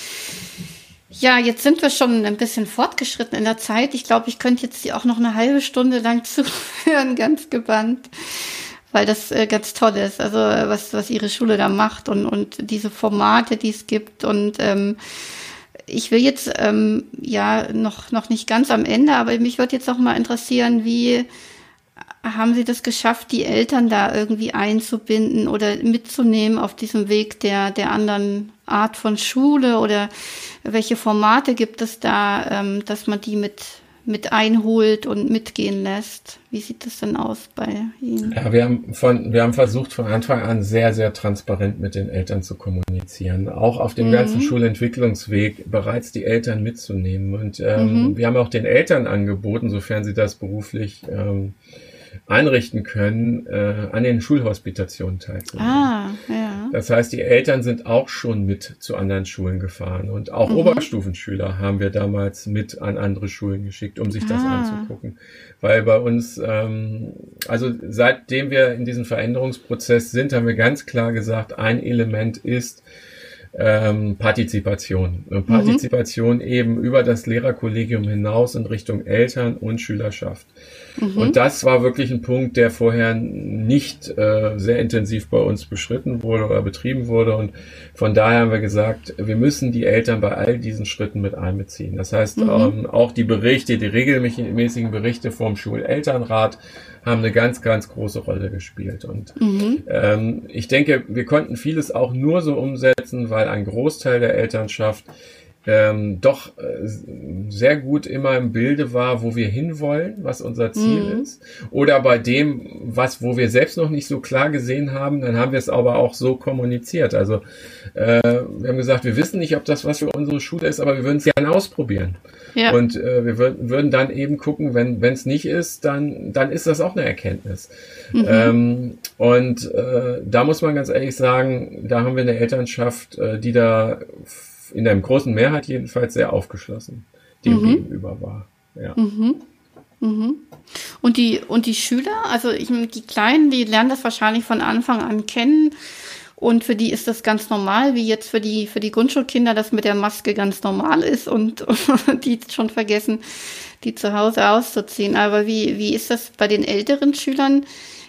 Ja, jetzt sind wir schon ein bisschen fortgeschritten in der Zeit. Ich glaube, ich könnte jetzt auch noch eine halbe Stunde lang zuhören, ganz gebannt, weil das äh, ganz toll ist. Also äh, was was ihre Schule da macht und und diese Formate, die es gibt. Und ähm, ich will jetzt ähm, ja noch noch nicht ganz am Ende, aber mich würde jetzt auch mal interessieren, wie haben Sie das geschafft, die Eltern da irgendwie einzubinden oder mitzunehmen auf diesem Weg der, der anderen Art von Schule oder welche Formate gibt es da, ähm, dass man die mit, mit einholt und mitgehen lässt? Wie sieht das denn aus bei Ihnen? Ja, wir haben von, wir haben versucht von Anfang an sehr, sehr transparent mit den Eltern zu kommunizieren. Auch auf dem Mhm. ganzen Schulentwicklungsweg bereits die Eltern mitzunehmen. Und ähm, Mhm. wir haben auch den Eltern angeboten, sofern sie das beruflich ähm, einrichten können, äh, an den Schulhospitationen teilzunehmen. Ah, ja. Das heißt, die Eltern sind auch schon mit zu anderen Schulen gefahren und auch Mhm. Oberstufenschüler haben wir damals mit an andere Schulen geschickt, um sich das Ah. anzugucken. Weil bei uns, ähm, also seitdem wir in diesem Veränderungsprozess sind, haben wir ganz klar gesagt, ein Element ist ähm, Partizipation. Und Partizipation eben über das Lehrerkollegium hinaus in Richtung Eltern und Schülerschaft. Mhm. Und das war wirklich ein Punkt, der vorher nicht äh, sehr intensiv bei uns beschritten wurde oder betrieben wurde. Und von daher haben wir gesagt, wir müssen die Eltern bei all diesen Schritten mit einbeziehen. Das heißt, Mhm. ähm, auch die Berichte, die regelmäßigen Berichte vom Schulelternrat haben eine ganz, ganz große Rolle gespielt. Und Mhm. ähm, ich denke, wir konnten vieles auch nur so umsetzen, weil ein Großteil der Elternschaft ähm, doch äh, sehr gut immer im Bilde war, wo wir hinwollen, was unser Ziel Mhm. ist. Oder bei dem, was, wo wir selbst noch nicht so klar gesehen haben, dann haben wir es aber auch so kommuniziert. Also äh, wir haben gesagt, wir wissen nicht, ob das was für unsere Schule ist, aber wir würden es gerne ausprobieren. Ja. Und äh, wir würden, würden dann eben gucken, wenn wenn es nicht ist, dann dann ist das auch eine Erkenntnis. Mhm. Ähm, und äh, da muss man ganz ehrlich sagen, da haben wir eine Elternschaft, äh, die da in der großen Mehrheit jedenfalls sehr aufgeschlossen dem Mhm. gegenüber war. Ja. Mhm. Mhm. Und die, und die Schüler, also ich, die Kleinen, die lernen das wahrscheinlich von Anfang an kennen. Und für die ist das ganz normal, wie jetzt für die, für die Grundschulkinder das mit der Maske ganz normal ist und, und die schon vergessen, die zu Hause auszuziehen. Aber wie, wie ist das bei den älteren Schülern?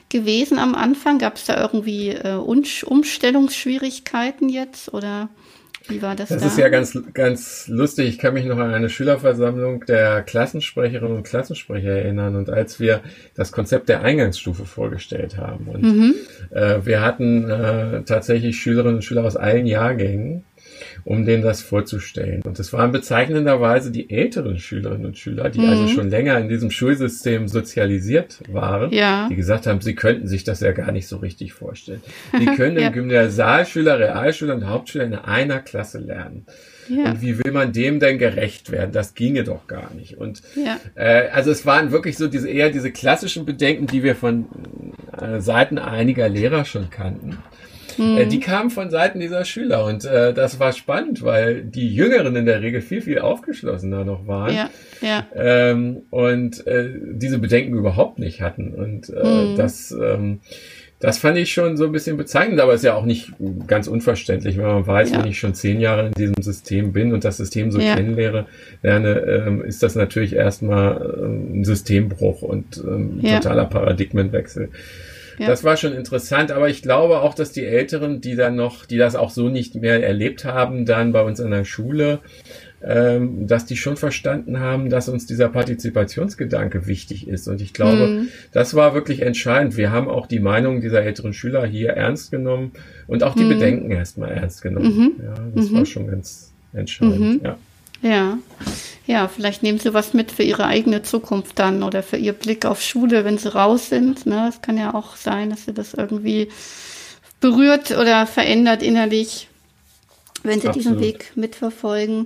gewesen am Anfang? Gab es da irgendwie äh, Umstellungsschwierigkeiten jetzt oder wie war das, das da? Das ist ja ganz, ganz lustig. Ich kann mich noch an eine Schülerversammlung der Klassensprecherinnen und Klassensprecher erinnern. Und als wir das Konzept der Eingangsstufe vorgestellt haben und mhm. äh, wir hatten äh, tatsächlich Schülerinnen und Schüler aus allen Jahrgängen, um denen das vorzustellen. Und es waren bezeichnenderweise die älteren Schülerinnen und Schüler, die mhm. also schon länger in diesem Schulsystem sozialisiert waren, ja. die gesagt haben, sie könnten sich das ja gar nicht so richtig vorstellen. Die können ja. Gymnasialschüler, Realschüler und Hauptschüler in einer Klasse lernen. Ja. Und wie will man dem denn gerecht werden? Das ginge doch gar nicht. Und ja. äh, also es waren wirklich so diese eher diese klassischen Bedenken, die wir von äh, Seiten einiger Lehrer schon kannten. Mhm. Die kamen von Seiten dieser Schüler und äh, das war spannend, weil die Jüngeren in der Regel viel, viel aufgeschlossener noch waren ja, ja. Ähm, und äh, diese Bedenken überhaupt nicht hatten. Und äh, mhm. das, ähm, das fand ich schon so ein bisschen bezeichnend, aber ist ja auch nicht ganz unverständlich, wenn man weiß, ja. wenn ich schon zehn Jahre in diesem System bin und das System so ja. kennenlerne, lerne, ähm, ist das natürlich erstmal ähm, ein Systembruch und ähm, ja. totaler Paradigmenwechsel. Ja. Das war schon interessant, aber ich glaube auch, dass die Älteren, die dann noch, die das auch so nicht mehr erlebt haben, dann bei uns an der Schule, ähm, dass die schon verstanden haben, dass uns dieser Partizipationsgedanke wichtig ist. Und ich glaube, mhm. das war wirklich entscheidend. Wir haben auch die Meinung dieser älteren Schüler hier ernst genommen und auch die mhm. Bedenken erstmal ernst genommen. Mhm. Ja, das mhm. war schon ganz entscheidend, mhm. ja. Ja. Ja, vielleicht nehmen sie was mit für ihre eigene Zukunft dann oder für ihr Blick auf Schule, wenn sie raus sind. Ne? Es kann ja auch sein, dass sie das irgendwie berührt oder verändert innerlich, wenn sie Absolut. diesen Weg mitverfolgen.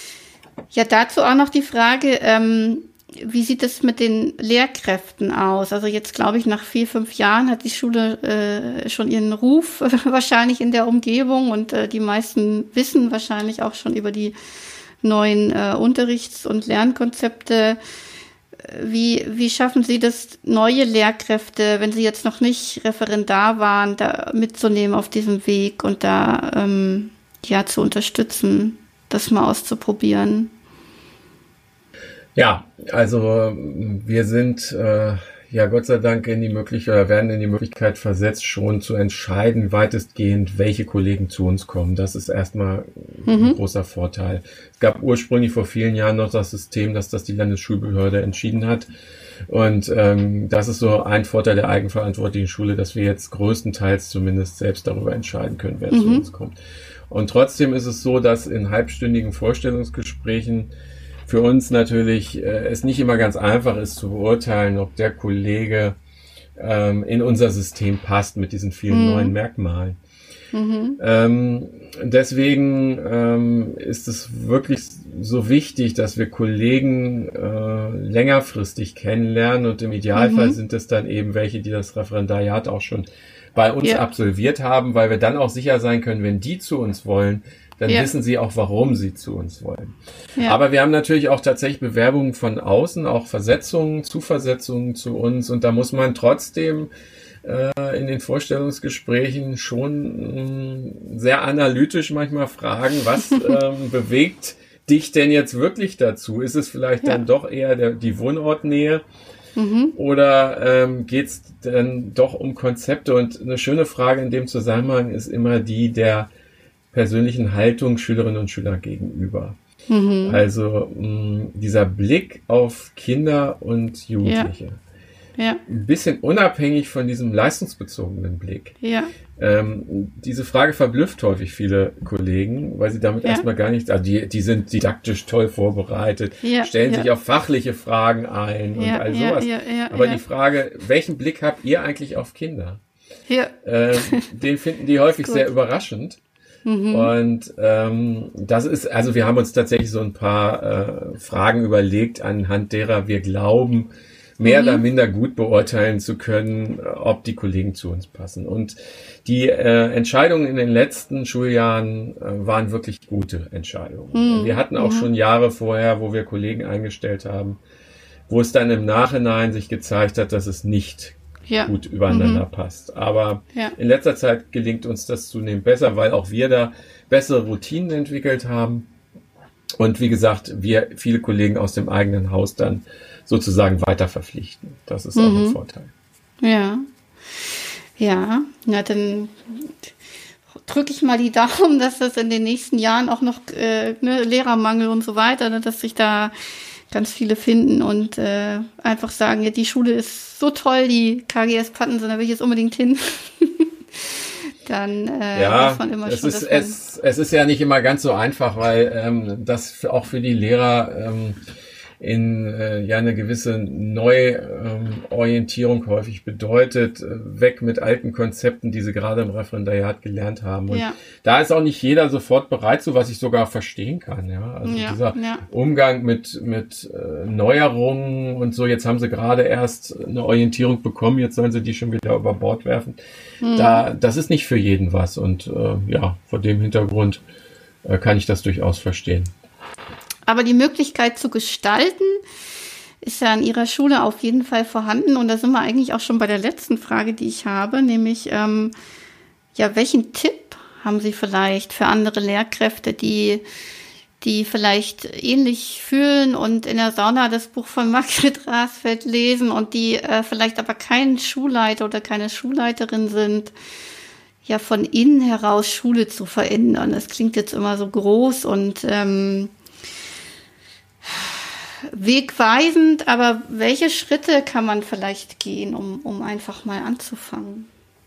Ja, dazu auch noch die Frage, ähm, wie sieht es mit den Lehrkräften aus? Also jetzt glaube ich, nach vier, fünf Jahren hat die Schule äh, schon ihren Ruf äh, wahrscheinlich in der Umgebung und äh, die meisten wissen wahrscheinlich auch schon über die neuen äh, Unterrichts- und Lernkonzepte. Wie, wie schaffen Sie das, neue Lehrkräfte, wenn sie jetzt noch nicht Referendar waren, da mitzunehmen auf diesem Weg und da ähm, ja zu unterstützen, das mal auszuprobieren? Ja, also wir sind äh, ja Gott sei Dank in die Möglichkeit oder werden in die Möglichkeit versetzt, schon zu entscheiden, weitestgehend, welche Kollegen zu uns kommen. Das ist erstmal mhm. ein großer Vorteil. Es gab ursprünglich vor vielen Jahren noch das System, dass das die Landesschulbehörde entschieden hat. Und ähm, das ist so ein Vorteil der eigenverantwortlichen Schule, dass wir jetzt größtenteils zumindest selbst darüber entscheiden können, wer mhm. zu uns kommt. Und trotzdem ist es so, dass in halbstündigen Vorstellungsgesprächen für uns natürlich äh, es nicht immer ganz einfach ist zu beurteilen, ob der Kollege ähm, in unser System passt mit diesen vielen mhm. neuen Merkmalen. Mhm. Ähm, deswegen ähm, ist es wirklich so wichtig, dass wir Kollegen äh, längerfristig kennenlernen und im Idealfall mhm. sind es dann eben welche, die das Referendariat auch schon bei uns ja. absolviert haben, weil wir dann auch sicher sein können, wenn die zu uns wollen, dann ja. wissen sie auch, warum sie zu uns wollen. Ja. Aber wir haben natürlich auch tatsächlich Bewerbungen von außen, auch Versetzungen, Zuversetzungen zu uns. Und da muss man trotzdem äh, in den Vorstellungsgesprächen schon mh, sehr analytisch manchmal fragen, was ähm, bewegt dich denn jetzt wirklich dazu? Ist es vielleicht ja. dann doch eher der, die Wohnortnähe? Mhm. Oder ähm, geht es dann doch um Konzepte? Und eine schöne Frage in dem Zusammenhang ist immer die der persönlichen Haltung Schülerinnen und Schüler gegenüber. Mhm. Also mh, dieser Blick auf Kinder und Jugendliche. Ja. Ja. Ein bisschen unabhängig von diesem leistungsbezogenen Blick. Ja. Ähm, diese Frage verblüfft häufig viele Kollegen, weil sie damit ja. erstmal gar nichts, also die, die sind didaktisch toll vorbereitet, ja. stellen ja. sich auf fachliche Fragen ein und ja. all sowas. Ja. Ja. Ja. Aber ja. die Frage, welchen Blick habt ihr eigentlich auf Kinder? Ja. Ähm, den finden die häufig sehr überraschend. Mhm. Und ähm, das ist, also wir haben uns tatsächlich so ein paar äh, Fragen überlegt, anhand derer wir glauben, mehr mhm. oder minder gut beurteilen zu können, ob die Kollegen zu uns passen. Und die äh, Entscheidungen in den letzten Schuljahren äh, waren wirklich gute Entscheidungen. Mhm. Wir hatten auch mhm. schon Jahre vorher, wo wir Kollegen eingestellt haben, wo es dann im Nachhinein sich gezeigt hat, dass es nicht Ja. gut übereinander mhm. passt. Aber ja. in letzter Zeit gelingt uns das zunehmend besser, weil auch wir da bessere Routinen entwickelt haben. Und wie gesagt, wir viele Kollegen aus dem eigenen Haus dann sozusagen weiter verpflichten. Das ist mhm. auch ein Vorteil. Ja. Ja, na dann drücke ich mal die Daumen, dass das in den nächsten Jahren auch noch äh, ne, Lehrermangel und so weiter, ne, dass sich da ganz viele finden und äh, einfach sagen, ja, die Schule ist so toll, die K G S Pattensen, da will ich jetzt unbedingt hin. Dann äh, ja, weiß man immer es schon, ist, dass man es, es ist ja nicht immer ganz so einfach, weil ähm, das auch für die Lehrer ähm, in äh, ja eine gewisse Neuorientierung ähm, häufig bedeutet, äh, weg mit alten Konzepten, die sie gerade im Referendariat gelernt haben. Und ja. da ist auch nicht jeder sofort bereit zu, was ich sogar verstehen kann. Ja, also Ja, dieser ja. Umgang mit mit äh, Neuerungen und so. Jetzt haben sie gerade erst eine Orientierung bekommen, jetzt sollen sie die schon wieder über Bord werfen. Mhm. Da, das ist nicht für jeden was. Und äh, ja, vor dem Hintergrund äh, kann ich das durchaus verstehen. Aber die Möglichkeit zu gestalten ist ja an Ihrer Schule auf jeden Fall vorhanden. Und da sind wir eigentlich auch schon bei der letzten Frage, die ich habe, nämlich, ähm, ja, welchen Tipp haben Sie vielleicht für andere Lehrkräfte, die, die vielleicht ähnlich fühlen und in der Sauna das Buch von Margret Rasfeld lesen und die äh, vielleicht aber kein Schulleiter oder keine Schulleiterin sind, ja, von innen heraus Schule zu verändern. Das klingt jetzt immer so groß und ähm, wegweisend, aber welche Schritte kann man vielleicht gehen, um, um einfach mal anzufangen?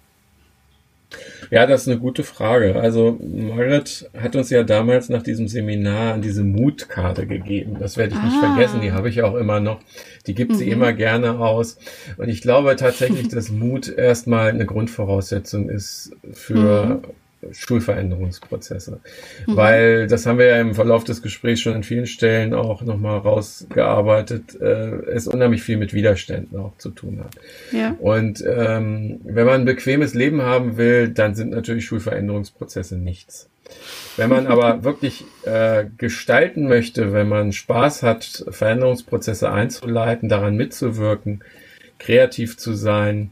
Ja, das ist eine gute Frage. Also Margret hat uns ja damals nach diesem Seminar diese Mutkarte gegeben. Das werde ich ah. nicht vergessen, die habe ich auch immer noch. Die gibt mhm. sie immer gerne aus. Und ich glaube tatsächlich, dass Mut erstmal eine Grundvoraussetzung ist für mhm. Schulveränderungsprozesse. Mhm. Weil, das haben wir ja im Verlauf des Gesprächs schon an vielen Stellen auch nochmal rausgearbeitet, äh, es unheimlich viel mit Widerständen auch zu tun hat. Ja. Und ähm, wenn man ein bequemes Leben haben will, dann sind natürlich Schulveränderungsprozesse nichts. Wenn man aber wirklich äh, gestalten möchte, wenn man Spaß hat, Veränderungsprozesse einzuleiten, daran mitzuwirken, kreativ zu sein,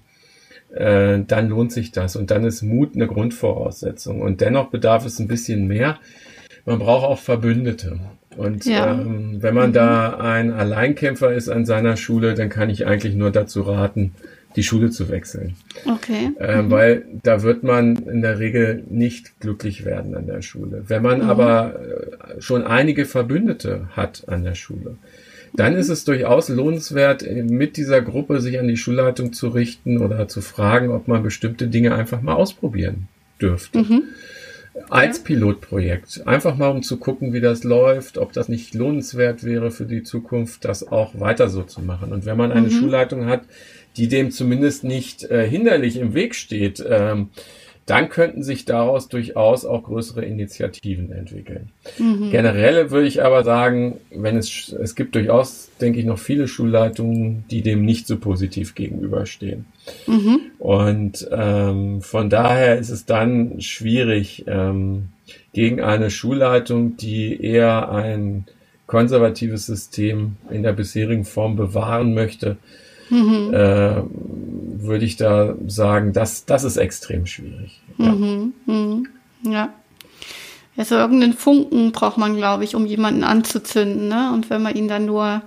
dann lohnt sich das. Und dann ist Mut eine Grundvoraussetzung. Und dennoch bedarf es ein bisschen mehr. Man braucht auch Verbündete. Und ja. ähm, wenn man mhm. da ein Alleinkämpfer ist an seiner Schule, dann kann ich eigentlich nur dazu raten, die Schule zu wechseln. Okay. Ähm, mhm. Weil da wird man in der Regel nicht glücklich werden an der Schule. Wenn man mhm. aber schon einige Verbündete hat an der Schule, dann ist es durchaus lohnenswert, mit dieser Gruppe sich an die Schulleitung zu richten oder zu fragen, ob man bestimmte Dinge einfach mal ausprobieren dürfte. Mhm. Als ja. Pilotprojekt. Einfach mal, um zu gucken, wie das läuft, ob das nicht lohnenswert wäre für die Zukunft, das auch weiter so zu machen. Und wenn man eine mhm. Schulleitung hat, die dem zumindest nicht äh, hinderlich im Weg steht, ähm, dann könnten sich daraus durchaus auch größere Initiativen entwickeln. Mhm. Generell würde ich aber sagen, wenn es, es gibt durchaus, denke ich, noch viele Schulleitungen, die dem nicht so positiv gegenüberstehen. Mhm. Und ähm, von daher ist es dann schwierig, ähm, gegen eine Schulleitung, die eher ein konservatives System in der bisherigen Form bewahren möchte, Mhm. Äh, würde ich da sagen, das, das ist extrem schwierig. Ja. Mhm. Mhm. Ja. Also irgendeinen Funken braucht man, glaube ich, um jemanden anzuzünden, ne? Und wenn man ihnen dann nur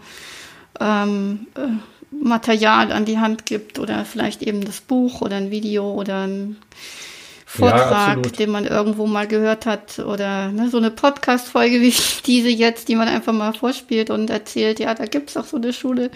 ähm, äh, Material an die Hand gibt oder vielleicht eben das Buch oder ein Video oder ein Vortrag, ja, den man irgendwo mal gehört hat oder ne, so eine Podcast-Folge wie diese jetzt, die man einfach mal vorspielt und erzählt, ja, da gibt's auch so eine Schule.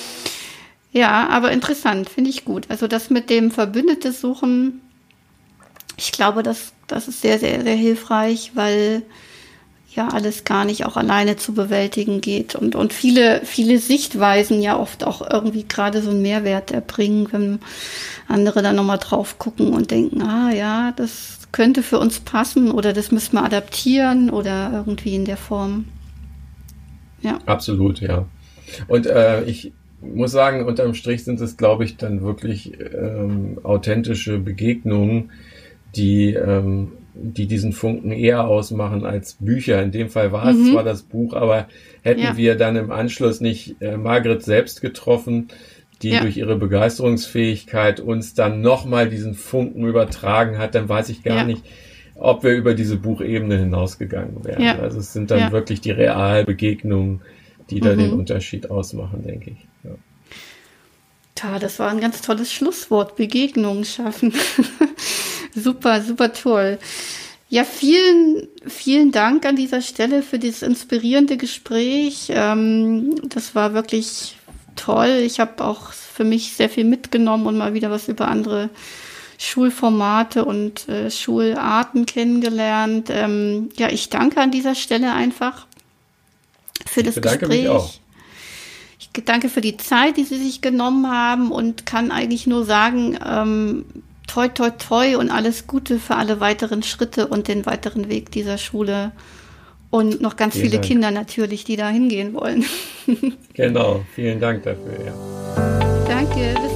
Ja, aber interessant, finde ich gut. Also das mit dem Verbündete suchen, ich glaube, das, das ist sehr, sehr, sehr hilfreich, weil ja alles gar nicht auch alleine zu bewältigen geht und, und viele, viele Sichtweisen ja oft auch irgendwie gerade so einen Mehrwert erbringen, wenn andere dann nochmal drauf gucken und denken, ah ja, das könnte für uns passen oder das müssen wir adaptieren oder irgendwie in der Form. Ja. Absolut, ja. Und äh, ich muss sagen, unterm Strich sind es, glaube ich, dann wirklich ähm, authentische Begegnungen, die, ähm, die diesen Funken eher ausmachen als Bücher. In dem Fall war es mhm. zwar das Buch, aber hätten ja. wir dann im Anschluss nicht äh, Margret selbst getroffen, die ja. durch ihre Begeisterungsfähigkeit uns dann nochmal diesen Funken übertragen hat, dann weiß ich gar ja. nicht, ob wir über diese Buchebene hinausgegangen wären. Ja. Also es sind dann ja. wirklich die Realbegegnungen, die da mhm. den Unterschied ausmachen, denke ich. Ja. Ja, das war ein ganz tolles Schlusswort. Begegnungen schaffen. Super, super toll. Ja, vielen, vielen Dank an dieser Stelle für dieses inspirierende Gespräch. Ähm, das war wirklich toll. Ich habe auch für mich sehr viel mitgenommen und mal wieder was über andere Schulformate und äh, Schularten kennengelernt. Ähm, ja, ich danke an dieser Stelle einfach für das Gespräch. Ich bedanke mich auch. Ich danke für die Zeit, die Sie sich genommen haben und kann eigentlich nur sagen, ähm, toi, toi, toi und alles Gute für alle weiteren Schritte und den weiteren Weg dieser Schule. Und noch ganz vielen viele Dank. Kinder natürlich, die da hingehen wollen. Genau, vielen Dank dafür, ja. Danke, bis